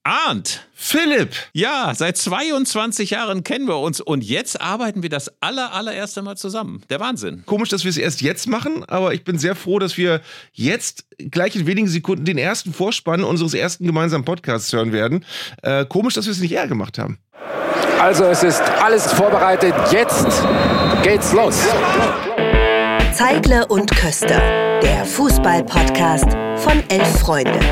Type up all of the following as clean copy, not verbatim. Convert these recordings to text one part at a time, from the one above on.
Arndt. Philipp. Ja, seit 22 Jahren kennen wir uns und jetzt arbeiten wir das allererste Mal zusammen. Der Wahnsinn. Komisch, dass wir es erst jetzt machen, aber ich bin sehr froh, dass wir jetzt gleich in wenigen Sekunden den ersten Vorspann unseres ersten gemeinsamen Podcasts hören werden. Komisch, dass wir es nicht eher gemacht haben. Also es ist alles vorbereitet, jetzt geht's los. Zeigler und Köster, der Fußball-Podcast von 11 Freunde.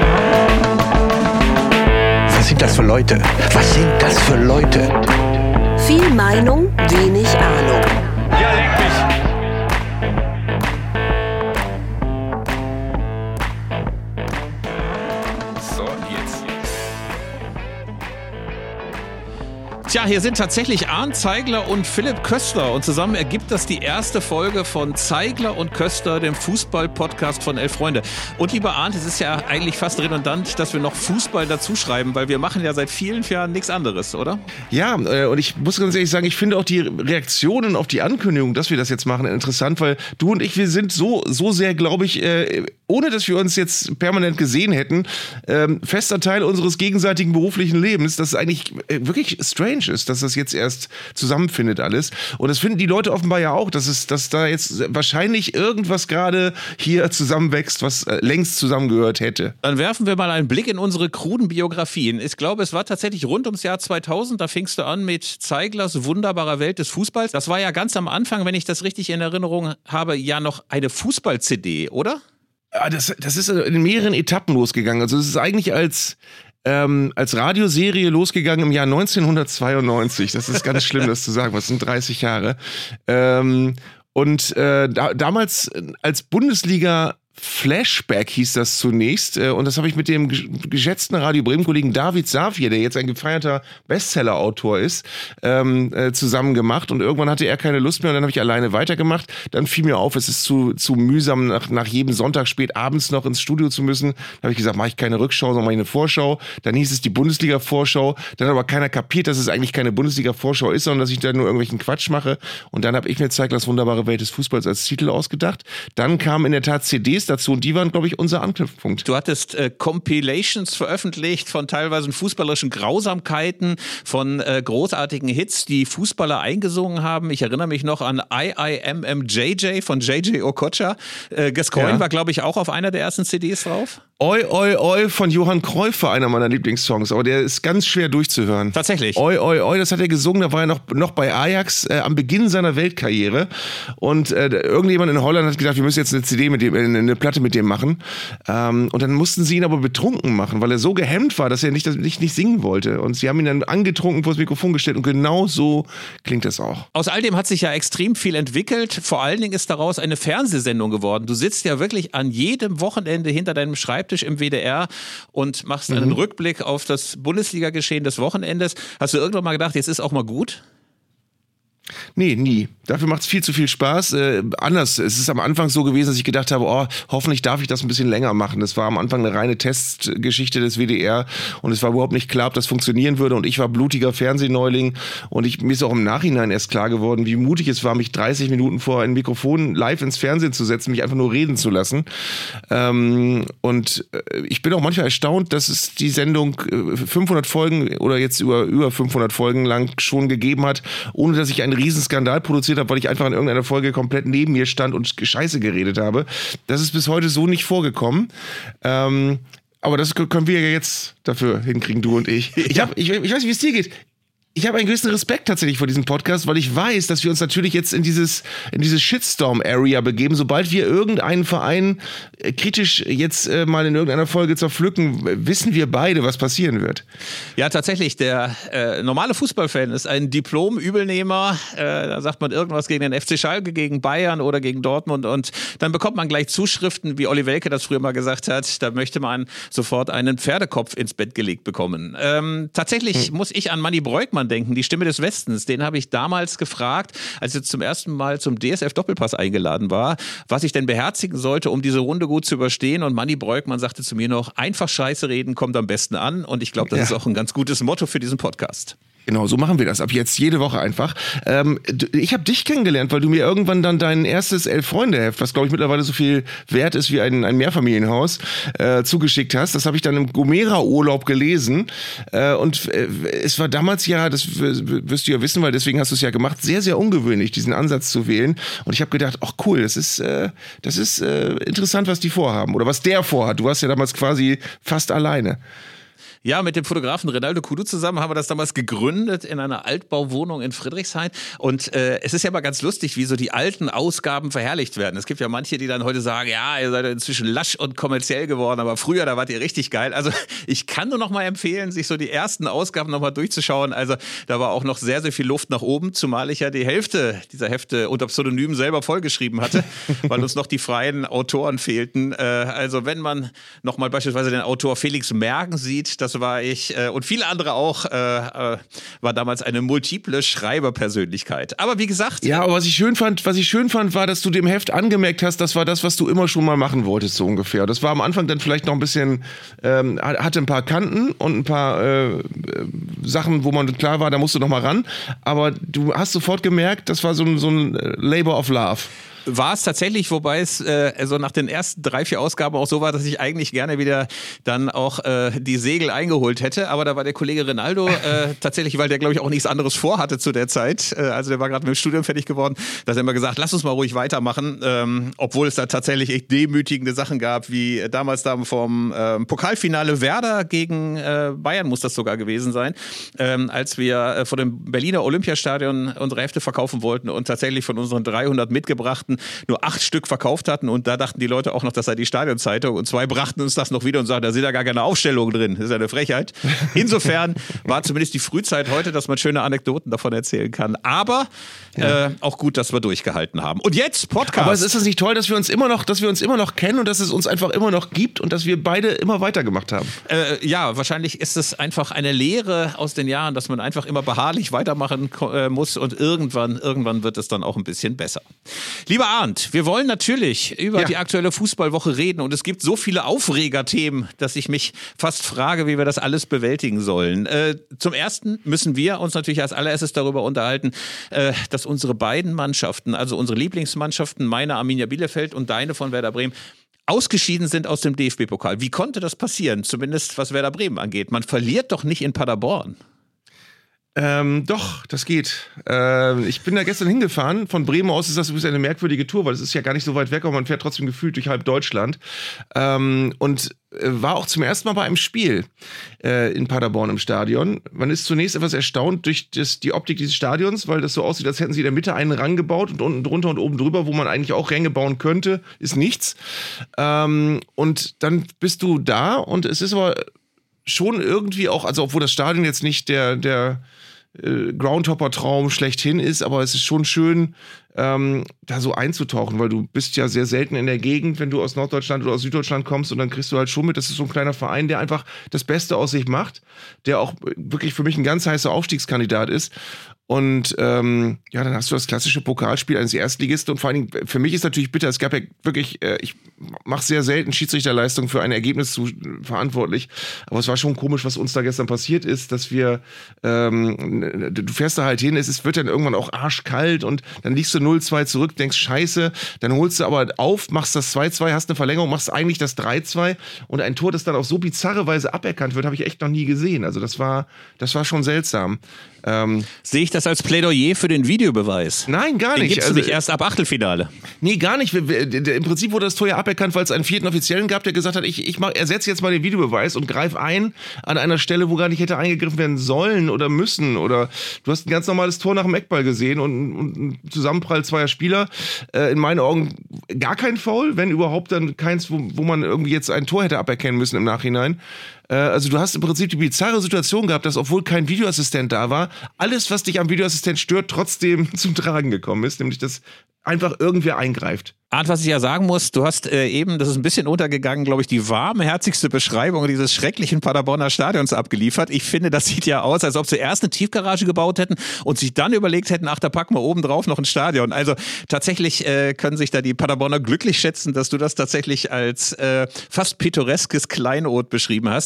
Was sind das für Leute? Was sind das für Leute? Viel Meinung, wenig Ahnung. Ja, leck mich. So, jetzt. Tja, hier sind tatsächlich Arndt Zeigler und Philipp Köster und zusammen ergibt das die erste Folge von Zeigler und Köster, dem Fußball-Podcast von 11 Freunde. Und lieber Arndt, es ist ja eigentlich fast redundant, dass wir noch Fußball dazu schreiben, weil wir machen ja seit vielen Jahren nichts anderes, oder? Ja, und ich muss ganz ehrlich sagen, ich finde auch die Reaktionen auf die Ankündigung, dass wir das jetzt machen, interessant, weil du und ich, wir sind so sehr, glaube ich, ohne dass wir uns jetzt permanent gesehen hätten, fester Teil unseres gegenseitigen beruflichen Lebens, dass es eigentlich wirklich strange ist, dass das jetzt erst zusammenfindet alles. Und das finden die Leute offenbar ja auch, dass da jetzt wahrscheinlich irgendwas gerade hier zusammenwächst, was längst zusammengehört hätte. Dann werfen wir mal einen Blick in unsere kruden Biografien. Ich glaube, es war tatsächlich rund ums Jahr 2000, da fingst du an mit Zeiglers wunderbarer Welt des Fußballs. Das war ja ganz am Anfang, wenn ich das richtig in Erinnerung habe, ja noch eine Fußball-CD, oder? Ja, das ist in mehreren Etappen losgegangen. Also es ist eigentlich als Radioserie losgegangen im Jahr 1992. Das ist ganz schlimm, das zu sagen. Was sind 30 Jahre? Damals als Bundesliga Flashback hieß das zunächst und das habe ich mit dem geschätzten Radio Bremen-Kollegen David Safir, der jetzt ein gefeierter Bestseller-Autor ist, zusammen gemacht und irgendwann hatte er keine Lust mehr und dann habe ich alleine weitergemacht. Dann fiel mir auf, es ist zu mühsam, nach jedem Sonntag spät abends noch ins Studio zu müssen. Dann habe ich gesagt, mache ich keine Rückschau, sondern mache ich eine Vorschau. Dann hieß es die Bundesliga-Vorschau. Dann hat aber keiner kapiert, dass es eigentlich keine Bundesliga-Vorschau ist, sondern dass ich da nur irgendwelchen Quatsch mache. Und dann habe ich mir Zeiglers wunderbare Welt des Fußballs als Titel ausgedacht. Dann kamen in der Tat CDs dazu und die waren, glaube ich, unser Anknüpfpunkt. Du hattest Compilations veröffentlicht von teilweise fußballerischen Grausamkeiten, von großartigen Hits, die Fußballer eingesungen haben. Ich erinnere mich noch an I.M.M.J.J. von J.J. Okocha. Gascoigne war, glaube ich, auch auf einer der ersten CDs drauf. Oi, oi, oi von Johann Cruyff war einer meiner Lieblingssongs, aber der ist ganz schwer durchzuhören. Tatsächlich. Oi, oi, oi, das hat er gesungen, da war er noch bei Ajax am Beginn seiner Weltkarriere und irgendjemand in Holland hat gedacht, wir müssen jetzt eine CD mit dem, eine Platte mit dem machen und dann mussten sie ihn aber betrunken machen, weil er so gehemmt war, dass er nicht singen wollte und sie haben ihn dann angetrunken vor das Mikrofon gestellt und genau so klingt das auch. Aus all dem hat sich ja extrem viel entwickelt, vor allen Dingen ist daraus eine Fernsehsendung geworden. Du sitzt ja wirklich an jedem Wochenende hinter deinem Schreibtisch im WDR und machst einen Rückblick auf das Bundesliga-Geschehen des Wochenendes. Hast du irgendwann mal gedacht, jetzt ist auch mal gut? Nee, nie. Dafür macht es viel zu viel Spaß. Anders, es ist am Anfang so gewesen, dass ich gedacht habe, hoffentlich darf ich das ein bisschen länger machen. Das war am Anfang eine reine Testgeschichte des WDR und es war überhaupt nicht klar, ob das funktionieren würde und ich war blutiger Fernsehneuling und mir ist auch im Nachhinein erst klar geworden, wie mutig es war, mich 30 Minuten vor ein Mikrofon live ins Fernsehen zu setzen, mich einfach nur reden zu lassen. Und ich bin auch manchmal erstaunt, dass es die Sendung 500 Folgen oder jetzt über 500 Folgen lang schon gegeben hat, ohne dass ich einen riesen Skandal produziert habe, weil ich einfach in irgendeiner Folge komplett neben mir stand und Scheiße geredet habe. Das ist bis heute so nicht vorgekommen. Aber das können wir ja jetzt dafür hinkriegen, du und ich. Ich weiß nicht, wie es dir geht. Ich habe einen gewissen Respekt tatsächlich vor diesem Podcast, weil ich weiß, dass wir uns natürlich jetzt in diese Shitstorm-Area begeben. Sobald wir irgendeinen Verein kritisch jetzt mal in irgendeiner Folge zerpflücken, wissen wir beide, was passieren wird. Ja, tatsächlich. Der normale Fußballfan ist ein Diplom-Übelnehmer. Da sagt man irgendwas gegen den FC Schalke, gegen Bayern oder gegen Dortmund und dann bekommt man gleich Zuschriften, wie Olli Welke das früher mal gesagt hat. Da möchte man sofort einen Pferdekopf ins Bett gelegt bekommen. Tatsächlich muss ich an Manni Breukmann denken, die Stimme des Westens. Den habe ich damals gefragt, als ich zum ersten Mal zum DSF-Doppelpass eingeladen war, was ich denn beherzigen sollte, um diese Runde gut zu überstehen. Und Manni Breukmann sagte zu mir noch, einfach Scheiße reden kommt am besten an. Und ich glaube, das ist auch ein ganz gutes Motto für diesen Podcast. Genau, so machen wir das ab jetzt jede Woche einfach. Ich habe dich kennengelernt, weil du mir irgendwann dann dein erstes Elf-Freunde-Heft, was glaube ich mittlerweile so viel wert ist wie ein Mehrfamilienhaus, zugeschickt hast. Das habe ich dann im Gomera-Urlaub gelesen. Und es war damals ja, das wirst du ja wissen, weil deswegen hast du es ja gemacht, sehr, sehr ungewöhnlich, diesen Ansatz zu wählen. Und ich habe gedacht, ach cool, das ist interessant, was die vorhaben oder was der vorhat. Du warst ja damals quasi fast alleine. Ja, mit dem Fotografen Renaldo Kudu zusammen haben wir das damals gegründet in einer Altbauwohnung in Friedrichshain. Und es ist ja mal ganz lustig, wie so die alten Ausgaben verherrlicht werden. Es gibt ja manche, die dann heute sagen, ja, ihr seid inzwischen lasch und kommerziell geworden, aber früher, da wart ihr richtig geil. Also ich kann nur noch mal empfehlen, sich so die ersten Ausgaben noch mal durchzuschauen. Also da war auch noch sehr, sehr viel Luft nach oben, zumal ich ja die Hälfte dieser Hefte unter Pseudonym selber vollgeschrieben hatte, weil uns noch die freien Autoren fehlten. Also wenn man noch mal beispielsweise den Autor Felix Mergen sieht, das war ich und viele andere auch, war damals eine multiple Schreiberpersönlichkeit. Aber wie gesagt... Ja, aber was ich schön fand, war, dass du dem Heft angemerkt hast, das war das, was du immer schon mal machen wolltest, so ungefähr. Das war am Anfang dann vielleicht noch ein bisschen, hatte ein paar Kanten und ein paar Sachen, wo man klar war, da musst du noch mal ran. Aber du hast sofort gemerkt, das war so ein Labor of Love. War es tatsächlich, wobei es so nach den ersten 3-4 Ausgaben auch so war, dass ich eigentlich gerne wieder dann auch die Segel eingeholt hätte. Aber da war der Kollege Renaldo tatsächlich, weil der, glaube ich, auch nichts anderes vorhatte zu der Zeit. Also der war gerade mit dem Studium fertig geworden. Da hat er immer gesagt, lass uns mal ruhig weitermachen. Obwohl es da tatsächlich echt demütigende Sachen gab, wie damals da vom Pokalfinale Werder gegen Bayern muss das sogar gewesen sein. Als wir vor dem Berliner Olympiastadion unsere Hefte verkaufen wollten und tatsächlich von unseren 300 mitgebrachten nur 8 Stück verkauft hatten und da dachten die Leute auch noch, das sei die Stadionzeitung und 2 brachten uns das noch wieder und sagten, da sind ja gar keine Aufstellungen drin. Das ist ja eine Frechheit. Insofern war zumindest die Frühzeit heute, dass man schöne Anekdoten davon erzählen kann. Aber auch gut, dass wir durchgehalten haben. Und jetzt Podcast. Aber ist es nicht toll, dass wir uns immer noch kennen und dass es uns einfach immer noch gibt und dass wir beide immer weitergemacht haben? Ja, wahrscheinlich ist es einfach eine Lehre aus den Jahren, dass man einfach immer beharrlich weitermachen muss und irgendwann wird es dann auch ein bisschen besser. Lieber Arndt, wir wollen natürlich über die aktuelle Fußballwoche reden und es gibt so viele Aufregerthemen, dass ich mich fast frage, wie wir das alles bewältigen sollen. Zum Ersten müssen wir uns natürlich als allererstes darüber unterhalten, dass unsere beiden Mannschaften, also unsere Lieblingsmannschaften, meine Arminia Bielefeld und deine von Werder Bremen, ausgeschieden sind aus dem DFB-Pokal. Wie konnte das passieren? Zumindest was Werder Bremen angeht. Man verliert doch nicht in Paderborn. Doch, das geht. Ich bin da gestern hingefahren. Von Bremen aus ist das übrigens eine merkwürdige Tour, weil es ist ja gar nicht so weit weg, aber man fährt trotzdem gefühlt durch halb Deutschland. Und war auch zum ersten Mal bei einem Spiel in Paderborn im Stadion. Man ist zunächst etwas erstaunt durch die Optik dieses Stadions, weil das so aussieht, als hätten sie in der Mitte einen Rang gebaut und unten drunter und oben drüber, wo man eigentlich auch Ränge bauen könnte, ist nichts. Und dann bist du da und es ist aber schon irgendwie auch, also obwohl das Stadion jetzt nicht der Groundhopper-Traum schlechthin ist, aber es ist schon schön, da so einzutauchen, weil du bist ja sehr selten in der Gegend, wenn du aus Norddeutschland oder aus Süddeutschland kommst und dann kriegst du halt schon mit, das ist so ein kleiner Verein, der einfach das Beste aus sich macht, der auch wirklich für mich ein ganz heißer Aufstiegskandidat ist. Und dann hast du das klassische Pokalspiel eines Erstligisten und vor allen Dingen, für mich ist natürlich bitter, es gab ja wirklich, ich mache sehr selten Schiedsrichterleistung für ein Ergebnis verantwortlich, aber es war schon komisch, was uns da gestern passiert ist, dass wir, du fährst da halt hin, wird dann irgendwann auch arschkalt und dann liegst du 0-2 zurück, denkst Scheiße, dann holst du aber auf, machst das 2-2, hast eine Verlängerung, machst eigentlich das 3-2 und ein Tor, das dann auf so bizarre Weise aberkannt wird, habe ich echt noch nie gesehen. Also das war schon seltsam. Sehe ich das als Plädoyer für den Videobeweis? Nein, gar nicht. Den gibt's nicht erst ab Achtelfinale. Nee, gar nicht. Im Prinzip wurde das Tor ja aberkannt, weil es einen 4. Offiziellen gab, der gesagt hat, ich ersetze jetzt mal den Videobeweis und greife ein an einer Stelle, wo gar nicht hätte eingegriffen werden sollen oder müssen. Oder du hast ein ganz normales Tor nach dem Eckball gesehen und ein Zusammenprall zweier Spieler. In meinen Augen gar kein Foul, wenn überhaupt dann keins, wo man irgendwie jetzt ein Tor hätte aberkennen müssen im Nachhinein. Also du hast im Prinzip die bizarre Situation gehabt, dass obwohl kein Videoassistent da war, alles, was dich am Videoassistent stört, trotzdem zum Tragen gekommen ist, nämlich dass einfach irgendwer eingreift. Arndt, was ich ja sagen muss, du hast eben, das ist ein bisschen untergegangen, glaube ich, die warmherzigste Beschreibung dieses schrecklichen Paderborner Stadions abgeliefert. Ich finde, das sieht ja aus, als ob sie erst eine Tiefgarage gebaut hätten und sich dann überlegt hätten, ach, da packen wir oben drauf noch ein Stadion. Also tatsächlich können sich da die Paderborner glücklich schätzen, dass du das tatsächlich als fast pittoreskes Kleinod beschrieben hast.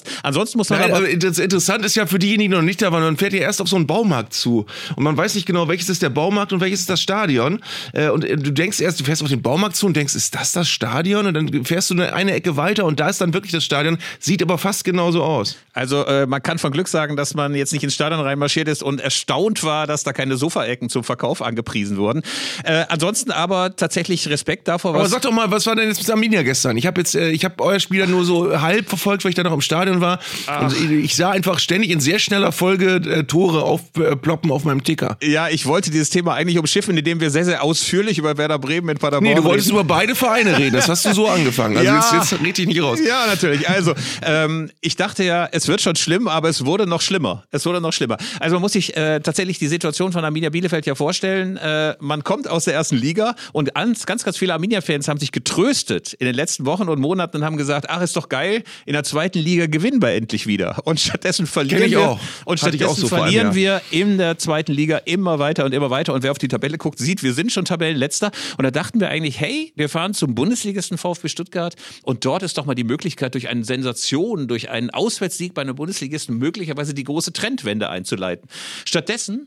Ansonsten muss man interessant ist ja für diejenigen, die noch nicht da waren, man fährt ja erst auf so einen Baumarkt zu und man weiß nicht genau, welches ist der Baumarkt und welches ist das Stadion und du denkst erst, du fährst auf den Baumarkt zu und denkst, ist das Stadion? Und dann fährst du eine Ecke weiter und da ist dann wirklich das Stadion, sieht aber fast genauso aus. Also man kann von Glück sagen, dass man jetzt nicht ins Stadion reinmarschiert ist und erstaunt war, dass da keine Sofaecken zum Verkauf angepriesen wurden. Ansonsten aber tatsächlich Respekt davor. Aber sag doch mal, was war denn jetzt mit Arminia gestern? Ich habe euer Spiel nur so halb verfolgt, weil ich da noch im Stadion war. Und ich sah einfach ständig in sehr schneller Folge Tore aufploppen auf meinem Ticker. Ja, ich wollte dieses Thema eigentlich umschiffen, indem wir sehr, sehr ausführlich über Werder Bremen mit Paderborn reden. Nee, du wolltest über beide Vereine reden. Das hast du so angefangen. Also jetzt red ich nicht raus. Ja, natürlich. Also, ich dachte ja, es wird schon schlimm, aber es wurde noch schlimmer. Also man muss sich tatsächlich die Situation von Arminia Bielefeld ja vorstellen. Man kommt aus der ersten Liga und ganz, ganz viele Arminia-Fans haben sich getröstet in den letzten Wochen und Monaten und haben gesagt, ach, ist doch geil, in der zweiten Liga gewinnen wir endlich wieder. Und stattdessen verlieren wir in der zweiten Liga immer weiter. Und wer auf die Tabelle guckt, sieht, wir sind schon Tabellenletzter. Und da dachten wir eigentlich, hey, wir fahren zum Bundesligisten VfB Stuttgart und dort ist doch mal die Möglichkeit, durch eine Sensation, durch einen Auswärtssieg bei einem Bundesligisten möglicherweise die große Trendwende einzuleiten. Stattdessen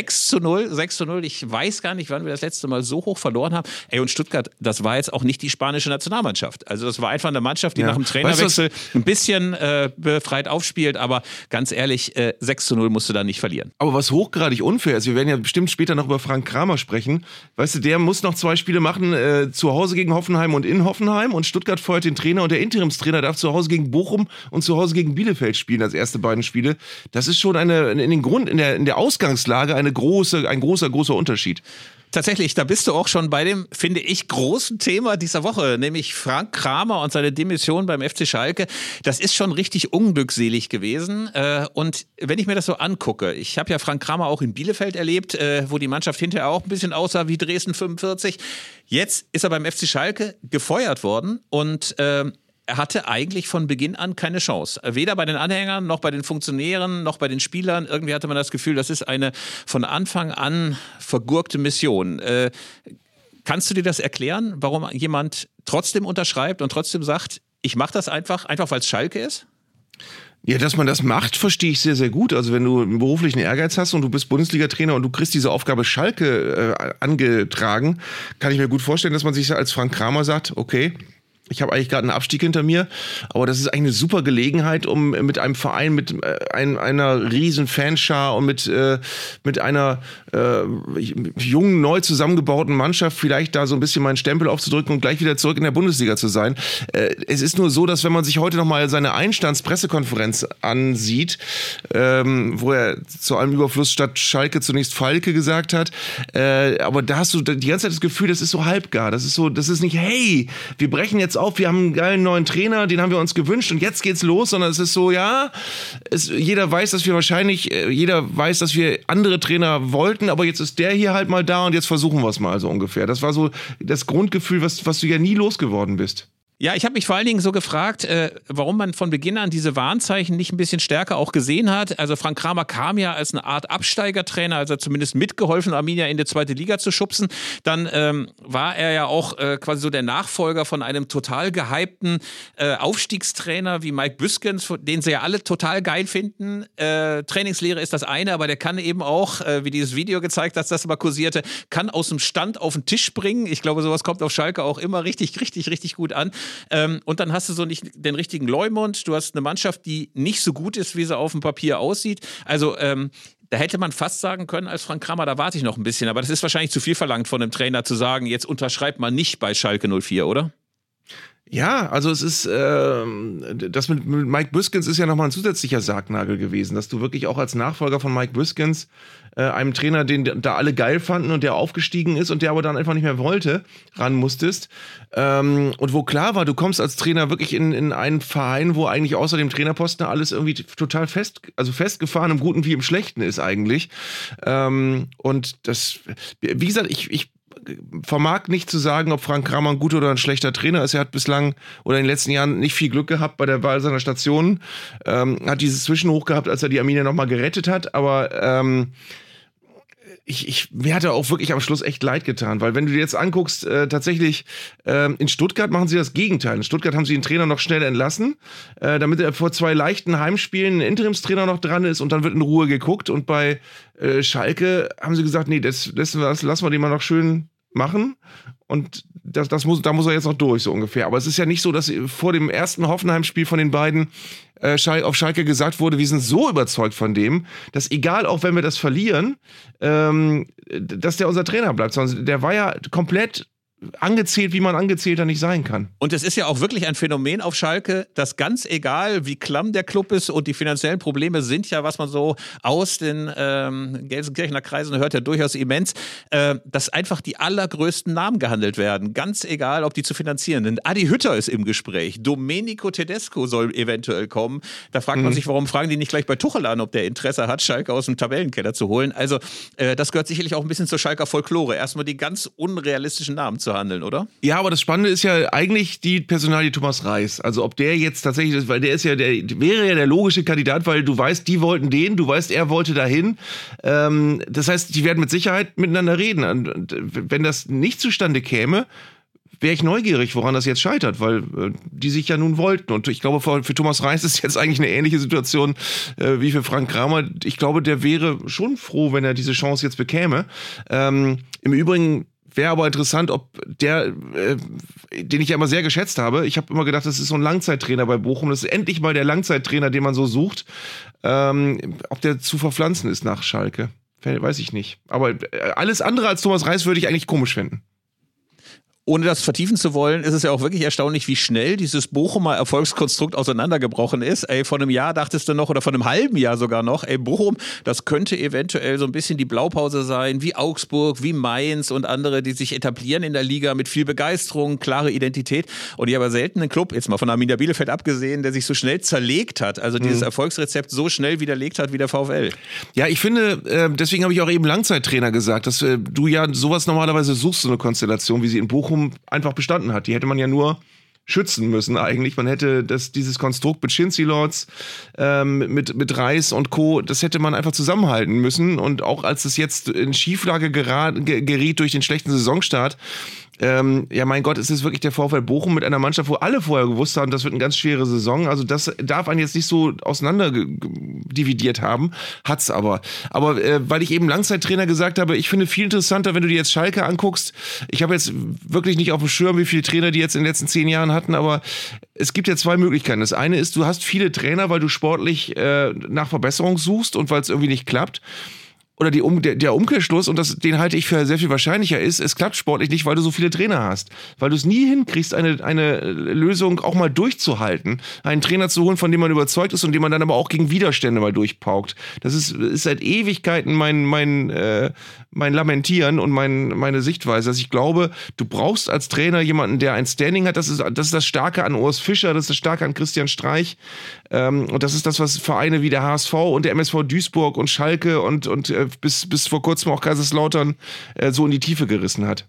6-0. Ich weiß gar nicht, wann wir das letzte Mal so hoch verloren haben. Und Stuttgart, das war jetzt auch nicht die spanische Nationalmannschaft. Also das war einfach eine Mannschaft, die nach dem Trainerwechsel ein bisschen befreit aufspielt. Aber ganz ehrlich, 6-0 musst du da nicht verlieren. Aber was hochgradig unfair ist, wir werden ja bestimmt später noch über Frank Kramer sprechen. Weißt du, der muss noch 2 Spiele machen, zu Hause gegen Hoffenheim und in Hoffenheim. Und Stuttgart feuert den Trainer und der Interimstrainer darf zu Hause gegen Bochum und zu Hause gegen Bielefeld spielen als erste beiden Spiele. Das ist schon in der Ausgangslage ein großer Unterschied. Tatsächlich, da bist du auch schon bei dem, finde ich, großen Thema dieser Woche, nämlich Frank Kramer und seine Demission beim FC Schalke. Das ist schon richtig unglückselig gewesen. Und wenn ich mir das so angucke, ich habe ja Frank Kramer auch in Bielefeld erlebt, wo die Mannschaft hinterher auch ein bisschen aussah wie Dresden 45. Jetzt ist er beim FC Schalke gefeuert worden und er hatte eigentlich von Beginn an keine Chance. Weder bei den Anhängern, noch bei den Funktionären, noch bei den Spielern. Irgendwie hatte man das Gefühl, das ist eine von Anfang an vergurkte Mission. Kannst du dir das erklären, warum jemand trotzdem unterschreibt und trotzdem sagt, ich mache das einfach weil es Schalke ist? Ja, dass man das macht, verstehe ich sehr, sehr gut. Also wenn du einen beruflichen Ehrgeiz hast und du bist Bundesliga-Trainer und du kriegst diese Aufgabe Schalke angetragen, kann ich mir gut vorstellen, dass man sich als Frank Kramer sagt, okay, ich habe eigentlich gerade einen Abstieg hinter mir, aber das ist eigentlich eine super Gelegenheit, um mit einem Verein, mit einer riesen Fanschar und mit einer jungen, neu zusammengebauten Mannschaft vielleicht da so ein bisschen meinen Stempel aufzudrücken und gleich wieder zurück in der Bundesliga zu sein. Es ist nur so, dass wenn man sich heute nochmal seine Einstandspressekonferenz ansieht, wo er zu allem Überfluss statt Schalke zunächst Falke gesagt hat, aber da hast du die ganze Zeit das Gefühl, das ist so halbgar, das ist nicht, hey, wir brechen jetzt auf, wir haben einen geilen neuen Trainer, den haben wir uns gewünscht und jetzt geht's los, sondern es ist so, jeder weiß, dass wir andere Trainer wollten, aber jetzt ist der hier halt mal da und jetzt versuchen wir es mal so ungefähr. Das war so das Grundgefühl, was du ja nie losgeworden bist. Ja, ich habe mich vor allen Dingen so gefragt, warum man von Beginn an diese Warnzeichen nicht ein bisschen stärker auch gesehen hat. Also Frank Kramer kam ja als eine Art Absteigertrainer, also zumindest mitgeholfen, Arminia in die zweite Liga zu schubsen. Dann war er ja auch quasi so der Nachfolger von einem total gehypten Aufstiegstrainer wie Mike Büskens, den sie ja alle total geil finden. Trainingslehre ist das eine, aber der kann eben auch, wie dieses Video gezeigt hat, das mal kursierte, kann aus dem Stand auf den Tisch bringen. Ich glaube, sowas kommt auf Schalke auch immer richtig gut an. Und dann hast du so nicht den richtigen Leumund, du hast eine Mannschaft, die nicht so gut ist, wie sie auf dem Papier aussieht. Also da hätte man fast sagen können als Frank Kramer, da warte ich noch ein bisschen. Aber das ist wahrscheinlich zu viel verlangt von einem Trainer zu sagen, jetzt unterschreibt man nicht bei Schalke 04, oder? Ja, also es ist, das mit Mike Büskens ist ja nochmal ein zusätzlicher Sargnagel gewesen, dass du wirklich auch als Nachfolger von Mike Büskens, einem Trainer, den da alle geil fanden und der aufgestiegen ist und der aber dann einfach nicht mehr wollte, ran musstest. Und wo klar war, du kommst als Trainer wirklich in einen Verein, wo eigentlich außer dem Trainerposten alles irgendwie total festgefahren, im Guten wie im Schlechten ist eigentlich. Und das, wie gesagt, ich vermag nicht zu sagen, ob Frank Kramer ein guter oder ein schlechter Trainer ist. Er hat bislang oder in den letzten Jahren nicht viel Glück gehabt bei der Wahl seiner Stationen. Hat dieses Zwischenhoch gehabt, als er die Arminia nochmal gerettet hat. Aber mir hat er auch wirklich am Schluss echt leid getan, weil wenn du dir jetzt anguckst, tatsächlich in Stuttgart machen sie das Gegenteil. In Stuttgart haben sie den Trainer noch schnell entlassen, damit er vor 2 leichten Heimspielen ein Interimstrainer noch dran ist und dann wird in Ruhe geguckt. Und bei Schalke haben sie gesagt, nee, das lassen wir den mal noch schön machen. Und da muss er jetzt noch durch, so ungefähr. Aber es ist ja nicht so, dass vor dem ersten Hoffenheim-Spiel von den beiden auf Schalke gesagt wurde, wir sind so überzeugt von dem, dass egal, auch wenn wir das verlieren, dass der unser Trainer bleibt. Sondern der war ja komplett angezählt, wie man Angezählter nicht sein kann. Und es ist ja auch wirklich ein Phänomen auf Schalke, dass ganz egal, wie klamm der Club ist und die finanziellen Probleme sind ja, was man so aus den Gelsenkirchener Kreisen hört, ja durchaus immens, dass einfach die allergrößten Namen gehandelt werden. Ganz egal, ob die zu finanzieren sind. Adi Hütter ist im Gespräch. Domenico Tedesco soll eventuell kommen. Da fragt man sich, warum fragen die nicht gleich bei Tuchel an, ob der Interesse hat, Schalke aus dem Tabellenkeller zu holen. Also das gehört sicherlich auch ein bisschen zur Schalker Folklore. Erstmal die ganz unrealistischen Namen zu handeln, oder? Ja, aber das Spannende ist ja eigentlich die Personalie Thomas Reis. Also ob der jetzt tatsächlich ist, weil wäre ja der logische Kandidat, weil du weißt, die wollten den, du weißt, er wollte dahin. Das heißt, die werden mit Sicherheit miteinander reden. Und wenn das nicht zustande käme, wäre ich neugierig, woran das jetzt scheitert, weil die sich ja nun wollten. Und ich glaube, für Thomas Reis ist jetzt eigentlich eine ähnliche Situation wie für Frank Kramer. Ich glaube, der wäre schon froh, wenn er diese Chance jetzt bekäme. Im Übrigen wäre aber interessant, ob der, den ich ja immer sehr geschätzt habe, ich habe immer gedacht, das ist so ein Langzeittrainer bei Bochum, das ist endlich mal der Langzeittrainer, den man so sucht, ob der zu verpflanzen ist nach Schalke. Weiß ich nicht. Aber alles andere als Thomas Reis würde ich eigentlich komisch finden. Ohne das vertiefen zu wollen, ist es ja auch wirklich erstaunlich, wie schnell dieses Bochumer Erfolgskonstrukt auseinandergebrochen ist. Vor einem Jahr dachtest du noch, oder vor einem halben Jahr sogar noch, Bochum, das könnte eventuell so ein bisschen die Blaupause sein, wie Augsburg, wie Mainz und andere, die sich etablieren in der Liga mit viel Begeisterung, klare Identität. Und ich habe selten einen Club, jetzt mal von Arminia Bielefeld abgesehen, der sich so schnell zerlegt hat, also dieses Erfolgsrezept so schnell widerlegt hat wie der VfL. Ja, ich finde, deswegen habe ich auch eben Langzeittrainer gesagt, dass du ja sowas normalerweise suchst, so eine Konstellation, wie sie in Bochum einfach bestanden hat. Die hätte man ja nur schützen müssen eigentlich. Man hätte dieses Konstrukt mit Shinzi-Lords, mit Reis und Co., das hätte man einfach zusammenhalten müssen. Und auch als es jetzt in Schieflage geriet durch den schlechten Saisonstart, ja mein Gott, es ist wirklich der VfL Bochum mit einer Mannschaft, wo alle vorher gewusst haben, das wird eine ganz schwere Saison. Also das darf man jetzt nicht so auseinander dividiert haben, hat's aber. Aber weil ich eben Langzeittrainer gesagt habe, ich finde viel interessanter, wenn du dir jetzt Schalke anguckst. Ich habe jetzt wirklich nicht auf dem Schirm, wie viele Trainer die jetzt in den letzten 10 Jahren hatten, aber es gibt ja 2 Möglichkeiten. Das eine ist, du hast viele Trainer, weil du sportlich nach Verbesserung suchst und weil es irgendwie nicht klappt. Oder der Umkehrschluss, und den halte ich für sehr viel wahrscheinlicher, ist, es klappt sportlich nicht, weil du so viele Trainer hast. Weil du es nie hinkriegst, eine Lösung auch mal durchzuhalten. Einen Trainer zu holen, von dem man überzeugt ist und den man dann aber auch gegen Widerstände mal durchpaukt. Das ist seit Ewigkeiten mein Lamentieren und meine Sichtweise. Dass ich glaube, du brauchst als Trainer jemanden, der ein Standing hat. Das ist das Starke an Urs Fischer, das ist das Starke an Christian Streich. Und das ist das, was Vereine wie der HSV und der MSV Duisburg und Schalke und bis vor kurzem auch Kaiserslautern so in die Tiefe gerissen hat.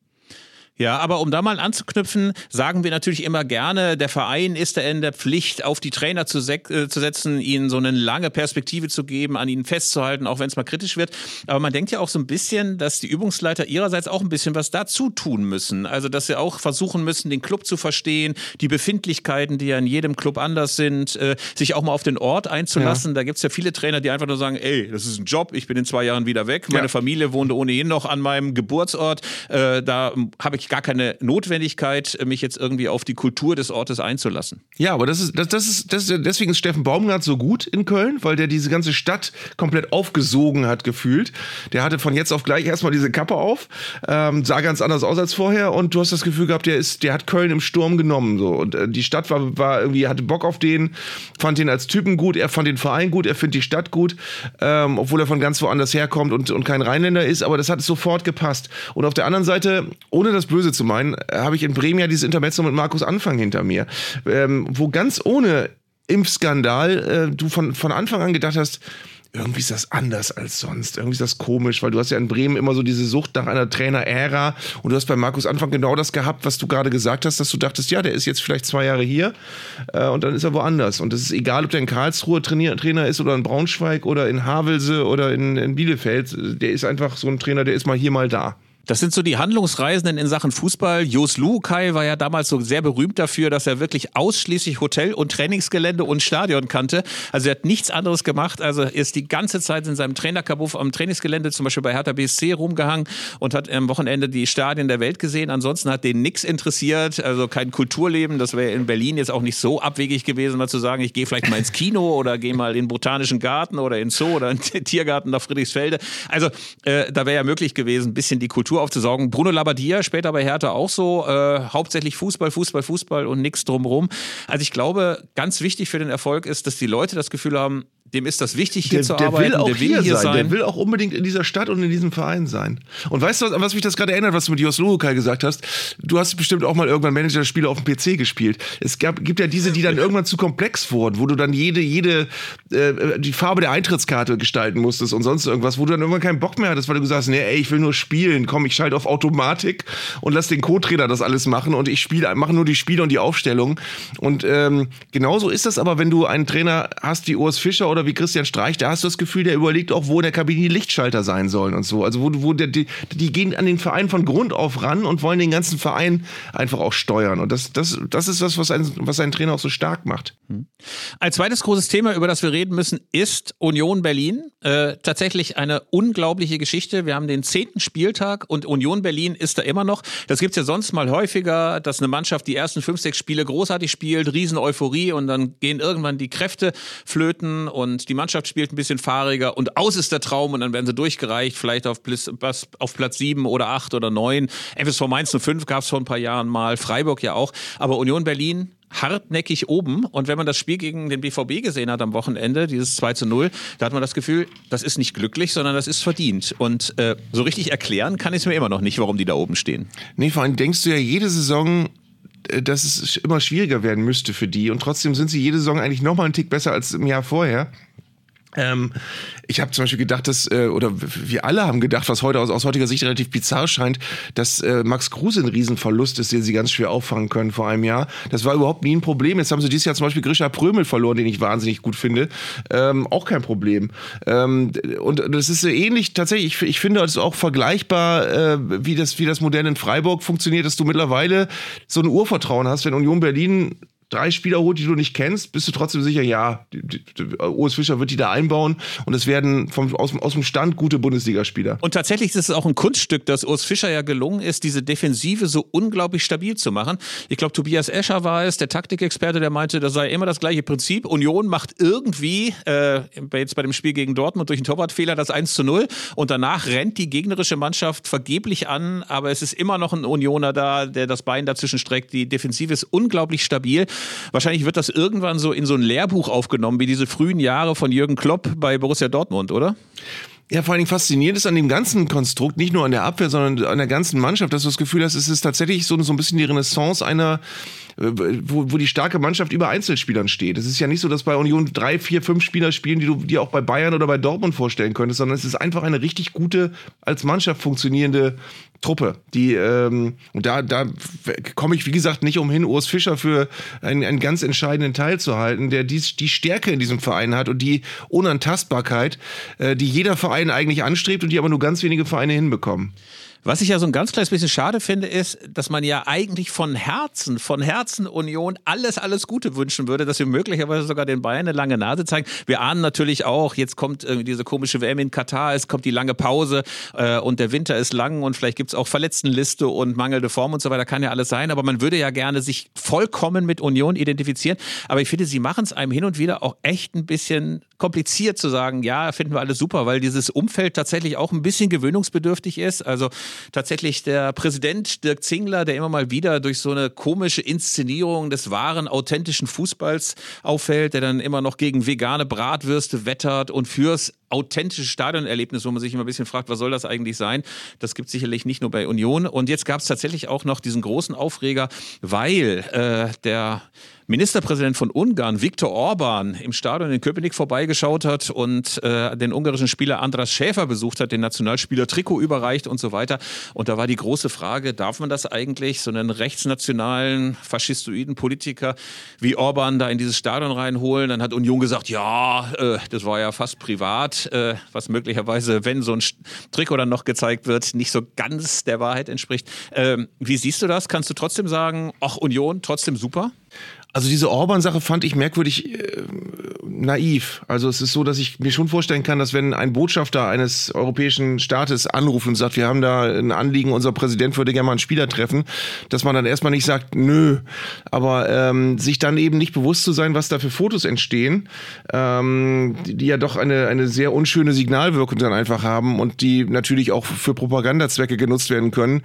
Ja, aber um da mal anzuknüpfen, sagen wir natürlich immer gerne, der Verein ist in der Pflicht, auf die Trainer zu setzen, ihnen so eine lange Perspektive zu geben, an ihnen festzuhalten, auch wenn es mal kritisch wird. Aber man denkt ja auch so ein bisschen, dass die Übungsleiter ihrerseits auch ein bisschen was dazu tun müssen. Also, dass sie auch versuchen müssen, den Club zu verstehen, die Befindlichkeiten, die ja in jedem Club anders sind, sich auch mal auf den Ort einzulassen. Ja. Da gibt es ja viele Trainer, die einfach nur sagen, das ist ein Job, ich bin in 2 Jahren wieder weg, meine Familie wohnte ohnehin noch an meinem Geburtsort, da habe ich gar keine Notwendigkeit, mich jetzt irgendwie auf die Kultur des Ortes einzulassen. Ja, aber deswegen ist Steffen Baumgart so gut in Köln, weil der diese ganze Stadt komplett aufgesogen hat gefühlt. Der hatte von jetzt auf gleich erstmal diese Kappe auf, sah ganz anders aus als vorher und du hast das Gefühl gehabt, der hat Köln im Sturm genommen. So. Und die Stadt war irgendwie, hatte Bock auf den, fand den als Typen gut, er fand den Verein gut, er findet die Stadt gut, obwohl er von ganz woanders herkommt und kein Rheinländer ist, aber das hat sofort gepasst. Und auf der anderen Seite, ohne das Böse zu meinen, habe ich in Bremen ja dieses Intermezzo mit Markus Anfang hinter mir, wo ganz ohne Impfskandal du von Anfang an gedacht hast, irgendwie ist das anders als sonst. Irgendwie ist das komisch, weil du hast ja in Bremen immer so diese Sucht nach einer Trainer-Ära und du hast bei Markus Anfang genau das gehabt, was du gerade gesagt hast, dass du dachtest, ja, der ist jetzt vielleicht 2 Jahre hier und dann ist er woanders. Und es ist egal, ob der in Karlsruhe Trainer ist oder in Braunschweig oder in Havelse oder in Bielefeld. Der ist einfach so ein Trainer, der ist mal hier, mal da. Das sind so die Handlungsreisenden in Sachen Fußball. Jos Luhukay war ja damals so sehr berühmt dafür, dass er wirklich ausschließlich Hotel- und Trainingsgelände und Stadion kannte. Also er hat nichts anderes gemacht. Also er ist die ganze Zeit in seinem Trainerkabuff am Trainingsgelände, zum Beispiel bei Hertha BSC, rumgehangen und hat am Wochenende die Stadien der Welt gesehen. Ansonsten hat den nichts interessiert, also kein Kulturleben. Das wäre in Berlin jetzt auch nicht so abwegig gewesen, mal zu sagen, ich gehe vielleicht mal ins Kino oder gehe mal in den Botanischen Garten oder in den Zoo oder in den Tiergarten nach Friedrichsfelde. Also da wäre ja möglich gewesen, ein bisschen die Kultur aufzusaugen. Bruno Labbadia, später bei Hertha auch so, hauptsächlich Fußball und nichts drumherum. Also ich glaube, ganz wichtig für den Erfolg ist, dass die Leute das Gefühl haben, dem ist das wichtig, hier zu arbeiten. Der will hier sein. Der will auch unbedingt in dieser Stadt und in diesem Verein sein. Und weißt du, an was mich das gerade erinnert, was du mit Jos Luhukay gesagt hast? Du hast bestimmt auch mal irgendwann Manager-Spiele auf dem PC gespielt. Es gibt ja diese, die dann irgendwann zu komplex wurden, wo du dann die Farbe der Eintrittskarte gestalten musstest und sonst irgendwas, wo du dann irgendwann keinen Bock mehr hattest, weil du gesagt hast, nee, ey, ich will nur spielen. Komm, ich schalte auf Automatik und lass den Co-Trainer das alles machen und ich mache nur die Spiele und die Aufstellung. Und genauso ist das aber, wenn du einen Trainer hast wie Urs Fischer oder wie Christian Streich, da hast du das Gefühl, der überlegt auch, wo in der Kabine die Lichtschalter sein sollen und so. Also die gehen an den Verein von Grund auf ran und wollen den ganzen Verein einfach auch steuern. Und das ist das, was einen Trainer auch so stark macht. Als zweites großes Thema, über das wir reden müssen, ist Union Berlin. Tatsächlich eine unglaubliche Geschichte. Wir haben den 10. Spieltag und Union Berlin ist da immer noch. Das gibt's ja sonst mal häufiger, dass eine Mannschaft die ersten 5, 6 Spiele großartig spielt, riesen Euphorie und dann gehen irgendwann die Kräfte flöten und die Mannschaft spielt ein bisschen fahriger und aus ist der Traum und dann werden sie durchgereicht, vielleicht auf Platz 7 oder 8 oder 9. FSV Mainz 05 gab es vor ein paar Jahren mal, Freiburg ja auch, aber Union Berlin hartnäckig oben und wenn man das Spiel gegen den BVB gesehen hat am Wochenende, dieses 2:0, da hat man das Gefühl, das ist nicht glücklich, sondern das ist verdient und so richtig erklären kann ich es mir immer noch nicht, warum die da oben stehen. Nee, vor allem denkst du ja jede Saison, dass es immer schwieriger werden müsste für die und trotzdem sind sie jede Saison eigentlich nochmal einen Tick besser als im Jahr vorher. Ich habe zum Beispiel gedacht, oder wir alle haben gedacht, was heute aus heutiger Sicht relativ bizarr scheint, dass Max Kruse ein Riesenverlust ist, den sie ganz schwer auffangen können vor einem Jahr. Das war überhaupt nie ein Problem. Jetzt haben sie dieses Jahr zum Beispiel Grisha Prömel verloren, den ich wahnsinnig gut finde. Auch kein Problem. Und das ist ähnlich tatsächlich. Ich finde, das ist auch vergleichbar, wie das Modell in Freiburg funktioniert, dass du mittlerweile so ein Urvertrauen hast, wenn Union Berlin 3 Spieler holt, die du nicht kennst, bist du trotzdem sicher, ja, Urs Fischer wird die da einbauen und es werden aus dem Stand gute Bundesligaspieler. Und tatsächlich ist es auch ein Kunststück, dass Urs Fischer ja gelungen ist, diese Defensive so unglaublich stabil zu machen. Ich glaube, Tobias Escher war es, der Taktikexperte, der meinte, das sei immer das gleiche Prinzip. Union macht irgendwie, jetzt bei dem Spiel gegen Dortmund durch einen Torwartfehler das 1:0 und danach rennt die gegnerische Mannschaft vergeblich an, aber es ist immer noch ein Unioner da, der das Bein dazwischen streckt. Die Defensive ist unglaublich stabil. Wahrscheinlich wird das irgendwann so in so ein Lehrbuch aufgenommen, wie diese frühen Jahre von Jürgen Klopp bei Borussia Dortmund, oder? Ja, vor allen Dingen faszinierend ist an dem ganzen Konstrukt, nicht nur an der Abwehr, sondern an der ganzen Mannschaft, dass du das Gefühl hast, es ist tatsächlich so ein bisschen die Renaissance wo die starke Mannschaft über Einzelspielern steht. Es ist ja nicht so, dass bei Union 3, 4, 5 Spieler spielen, die du dir auch bei Bayern oder bei Dortmund vorstellen könntest, sondern es ist einfach eine richtig gute, als Mannschaft funktionierende Truppe. Und da komme ich, wie gesagt, nicht umhin, Urs Fischer für einen ganz entscheidenden Teil zu halten, der die Stärke in diesem Verein hat und die Unantastbarkeit, die jeder Verein eigentlich anstrebt und die aber nur ganz wenige Vereine hinbekommen. Was ich ja so ein ganz kleines bisschen schade finde, ist, dass man ja eigentlich von Herzen Union alles Gute wünschen würde, dass wir möglicherweise sogar den Bayern eine lange Nase zeigen. Wir ahnen natürlich auch, jetzt kommt irgendwie diese komische WM in Katar, es kommt die lange Pause und der Winter ist lang und vielleicht gibt's auch Verletztenliste und mangelnde Form und so weiter, kann ja alles sein, aber man würde ja gerne sich vollkommen mit Union identifizieren. Aber ich finde, sie machen es einem hin und wieder auch echt ein bisschen kompliziert zu sagen, ja, finden wir alles super, weil dieses Umfeld tatsächlich auch ein bisschen gewöhnungsbedürftig ist. Also tatsächlich der Präsident Dirk Zingler, der immer mal wieder durch so eine komische Inszenierung des wahren, authentischen Fußballs auffällt, der dann immer noch gegen vegane Bratwürste wettert und fürs authentisches Stadionerlebnis, wo man sich immer ein bisschen fragt, was soll das eigentlich sein? Das gibt es sicherlich nicht nur bei Union. Und jetzt gab es tatsächlich auch noch diesen großen Aufreger, weil der Ministerpräsident von Ungarn, Viktor Orbán, im Stadion in Köpenick vorbeigeschaut hat und den ungarischen Spieler András Schäfer besucht hat, den Nationalspieler-Trikot überreicht und so weiter. Und da war die große Frage, darf man das eigentlich, so einen rechtsnationalen, faschistoiden Politiker wie Orbán da in dieses Stadion reinholen? Dann hat Union gesagt, ja, das war ja fast privat, was möglicherweise, wenn so ein Trikot dann noch gezeigt wird, nicht so ganz der Wahrheit entspricht. Wie siehst du das? Kannst du trotzdem sagen, ach, Union, trotzdem super? Also diese Orban-Sache fand ich merkwürdig naiv. Also es ist so, dass ich mir schon vorstellen kann, dass wenn ein Botschafter eines europäischen Staates anruft und sagt, wir haben da ein Anliegen, unser Präsident würde gerne mal einen Spieler treffen, dass man dann erstmal nicht sagt, nö, aber sich dann eben nicht bewusst zu sein, was da für Fotos entstehen, die ja doch eine sehr unschöne Signalwirkung dann einfach haben und die natürlich auch für Propagandazwecke genutzt werden können.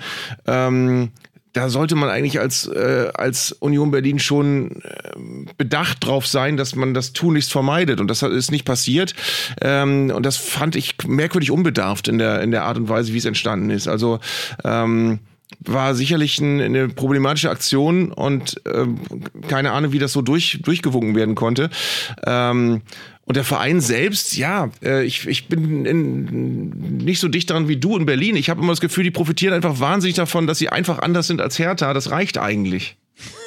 Da sollte man eigentlich als Union Berlin schon bedacht drauf sein, dass man das tunlichst vermeidet. Und das ist nicht passiert. Und das fand ich merkwürdig unbedarft in der Art und Weise, wie es entstanden ist. Also war sicherlich eine problematische Aktion und keine Ahnung, wie das so durchgewunken werden konnte. Und der Verein selbst, ja, ich bin nicht so dicht dran wie du in Berlin. Ich habe immer das Gefühl, die profitieren einfach wahnsinnig davon, dass sie einfach anders sind als Hertha. Das reicht eigentlich.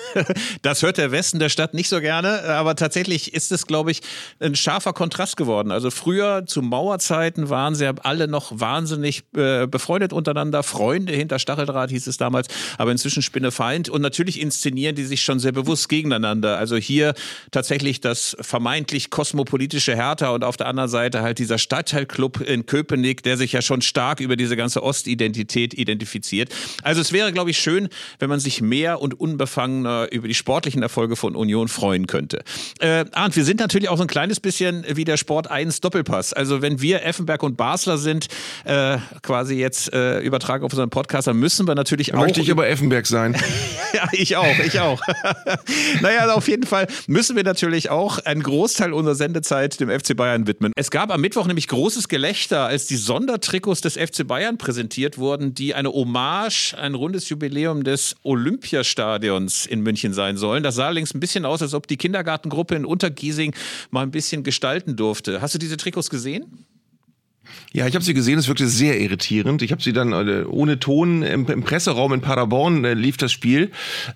Das hört der Westen der Stadt nicht so gerne, aber tatsächlich ist es, glaube ich, ein scharfer Kontrast geworden. Also früher zu Mauerzeiten waren sie ja alle noch wahnsinnig befreundet untereinander, Freunde hinter Stacheldraht hieß es damals, aber inzwischen Spinnefeind und natürlich inszenieren die sich schon sehr bewusst gegeneinander. Also hier tatsächlich das vermeintlich kosmopolitische Hertha und auf der anderen Seite halt dieser Stadtteilclub in Köpenick, der sich ja schon stark über diese ganze Ostidentität identifiziert. Also es wäre, glaube ich, schön, wenn man sich mehr und unbefangener über die sportlichen Erfolge von Union freuen könnte. Arndt, wir sind natürlich auch so ein kleines bisschen wie der Sport 1 Doppelpass. Also wenn wir Effenberg und Basler sind, quasi jetzt übertragen auf unseren Podcast, dann müssen wir natürlich auch... Möchte ich aber Effenberg sein. Ja, ich auch. Naja, auf jeden Fall müssen wir natürlich auch einen Großteil unserer Sendezeit dem FC Bayern widmen. Es gab am Mittwoch nämlich großes Gelächter, als die Sondertrikots des FC Bayern präsentiert wurden, die eine Hommage, ein rundes Jubiläum des Olympiastadions in München sein sollen. Das sah allerdings ein bisschen aus, als ob die Kindergartengruppe in Untergiesing mal ein bisschen gestalten durfte. Hast du diese Trikots gesehen? Ja, ich habe sie gesehen, es wirkte sehr irritierend. Ich habe sie dann ohne Ton im Presseraum in Paderborn lief das Spiel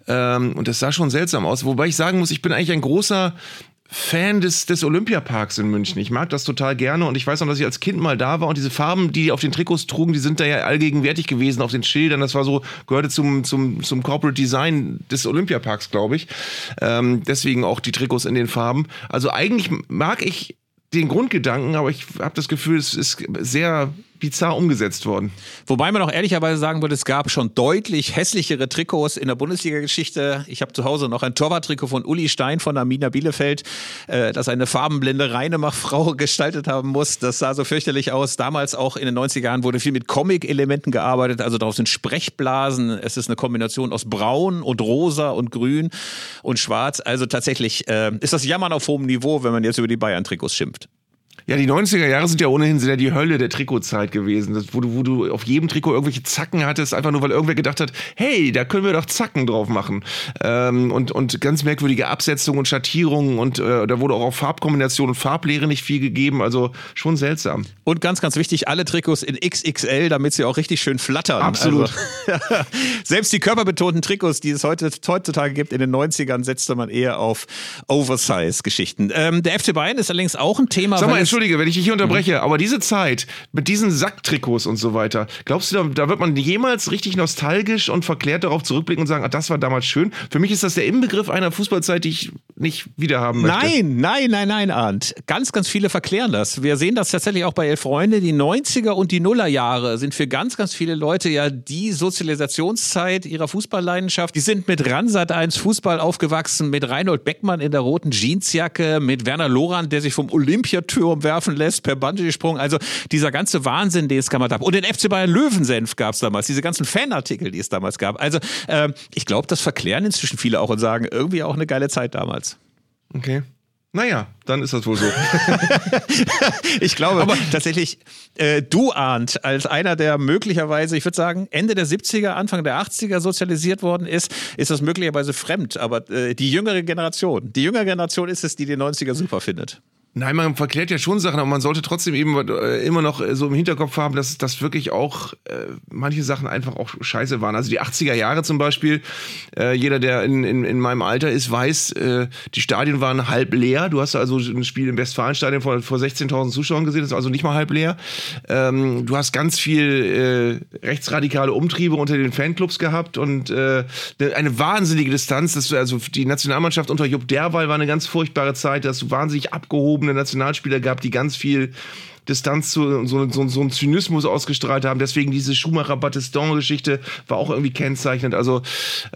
und das sah schon seltsam aus. Wobei ich sagen muss, ich bin eigentlich ein großer Fan des Olympiaparks in München. Ich mag das total gerne und ich weiß noch, dass ich als Kind mal da war und diese Farben, die auf den Trikots trugen, die sind da ja allgegenwärtig gewesen auf den Schildern. Das war so, gehörte zum Corporate Design des Olympiaparks, glaube ich. Deswegen auch die Trikots in den Farben. Also eigentlich mag ich den Grundgedanken, aber ich habe das Gefühl, es ist sehr bizarr umgesetzt worden. Wobei man auch ehrlicherweise sagen würde, es gab schon deutlich hässlichere Trikots in der Bundesliga-Geschichte. Ich habe zu Hause noch ein Torwarttrikot von Uli Stein von Arminia Bielefeld, das eine farbenblinde Reinemacher-Frau gestaltet haben muss. Das sah so fürchterlich aus. Damals auch in den 90er Jahren wurde viel mit Comic-Elementen gearbeitet, also darauf sind Sprechblasen. Es ist eine Kombination aus Braun und Rosa und Grün und Schwarz. Also tatsächlich ist das Jammern auf hohem Niveau, wenn man jetzt über die Bayern-Trikots schimpft. Ja, die 90er Jahre sind ja ohnehin sehr die Hölle der Trikotzeit gewesen, wo du auf jedem Trikot irgendwelche Zacken hattest, einfach nur weil irgendwer gedacht hat, hey, da können wir doch Zacken drauf machen. Und ganz merkwürdige Absetzungen und Schattierungen und da wurde auch auf Farbkombination und Farblehre nicht viel gegeben, also schon seltsam. Und ganz, ganz wichtig, alle Trikots in XXL, damit sie auch richtig schön flattern. Absolut. Also, selbst die körperbetonten Trikots, die es heutzutage gibt, in den 90ern setzte man eher auf Oversize-Geschichten. Der FC Bayern ist allerdings auch ein Thema. Sag mal, Entschuldige, wenn ich dich hier unterbreche, aber diese Zeit mit diesen Sacktrikots und so weiter, glaubst du, da wird man jemals richtig nostalgisch und verklärt darauf zurückblicken und sagen, das war damals schön? Für mich ist das der Inbegriff einer Fußballzeit, die ich nicht wiederhaben möchte. Nein, Arndt. Ganz, ganz viele verklären das. Wir sehen das tatsächlich auch bei Elf Freunde. Die 90er und die Nullerjahre sind für ganz, ganz viele Leute ja die Sozialisationszeit ihrer Fußballleidenschaft. Die sind mit Ransat 1 Fußball aufgewachsen, mit Reinhold Beckmann in der roten Jeansjacke, mit Werner Lorand, der sich vom Olympiaturm werfen lässt per Bungee-Sprung. Also dieser ganze Wahnsinn, den es damals gab. Und den FC Bayern Löwensenf gab es damals. Diese ganzen Fanartikel, die es damals gab. Also ich glaube, das verklären inzwischen viele auch und sagen, irgendwie auch eine geile Zeit damals. Okay. Naja, dann ist das wohl so. Ich glaube aber tatsächlich, du, Arndt, als einer, der möglicherweise, ich würde sagen, Ende der 70er, Anfang der 80er sozialisiert worden ist das möglicherweise fremd. Aber die jüngere Generation ist es, die 90er super findet. Nein, man verklärt ja schon Sachen, aber man sollte trotzdem eben immer noch so im Hinterkopf haben, dass das wirklich auch manche Sachen einfach auch scheiße waren. Also die 80er Jahre zum Beispiel, jeder, der in meinem Alter ist, weiß, die Stadien waren halb leer. Du hast also ein Spiel im Westfalenstadion vor 16.000 Zuschauern gesehen, das ist also nicht mal halb leer. Du hast ganz viel rechtsradikale Umtriebe unter den Fanclubs gehabt und eine wahnsinnige Distanz. Also die Nationalmannschaft unter Jupp Derwall war eine ganz furchtbare Zeit, dass du wahnsinnig abgehoben Nationalspieler gab, die ganz viel Distanz zu so einen Zynismus ausgestrahlt haben. Deswegen diese Schumacher-Battiston-Geschichte war auch irgendwie kennzeichnend. Also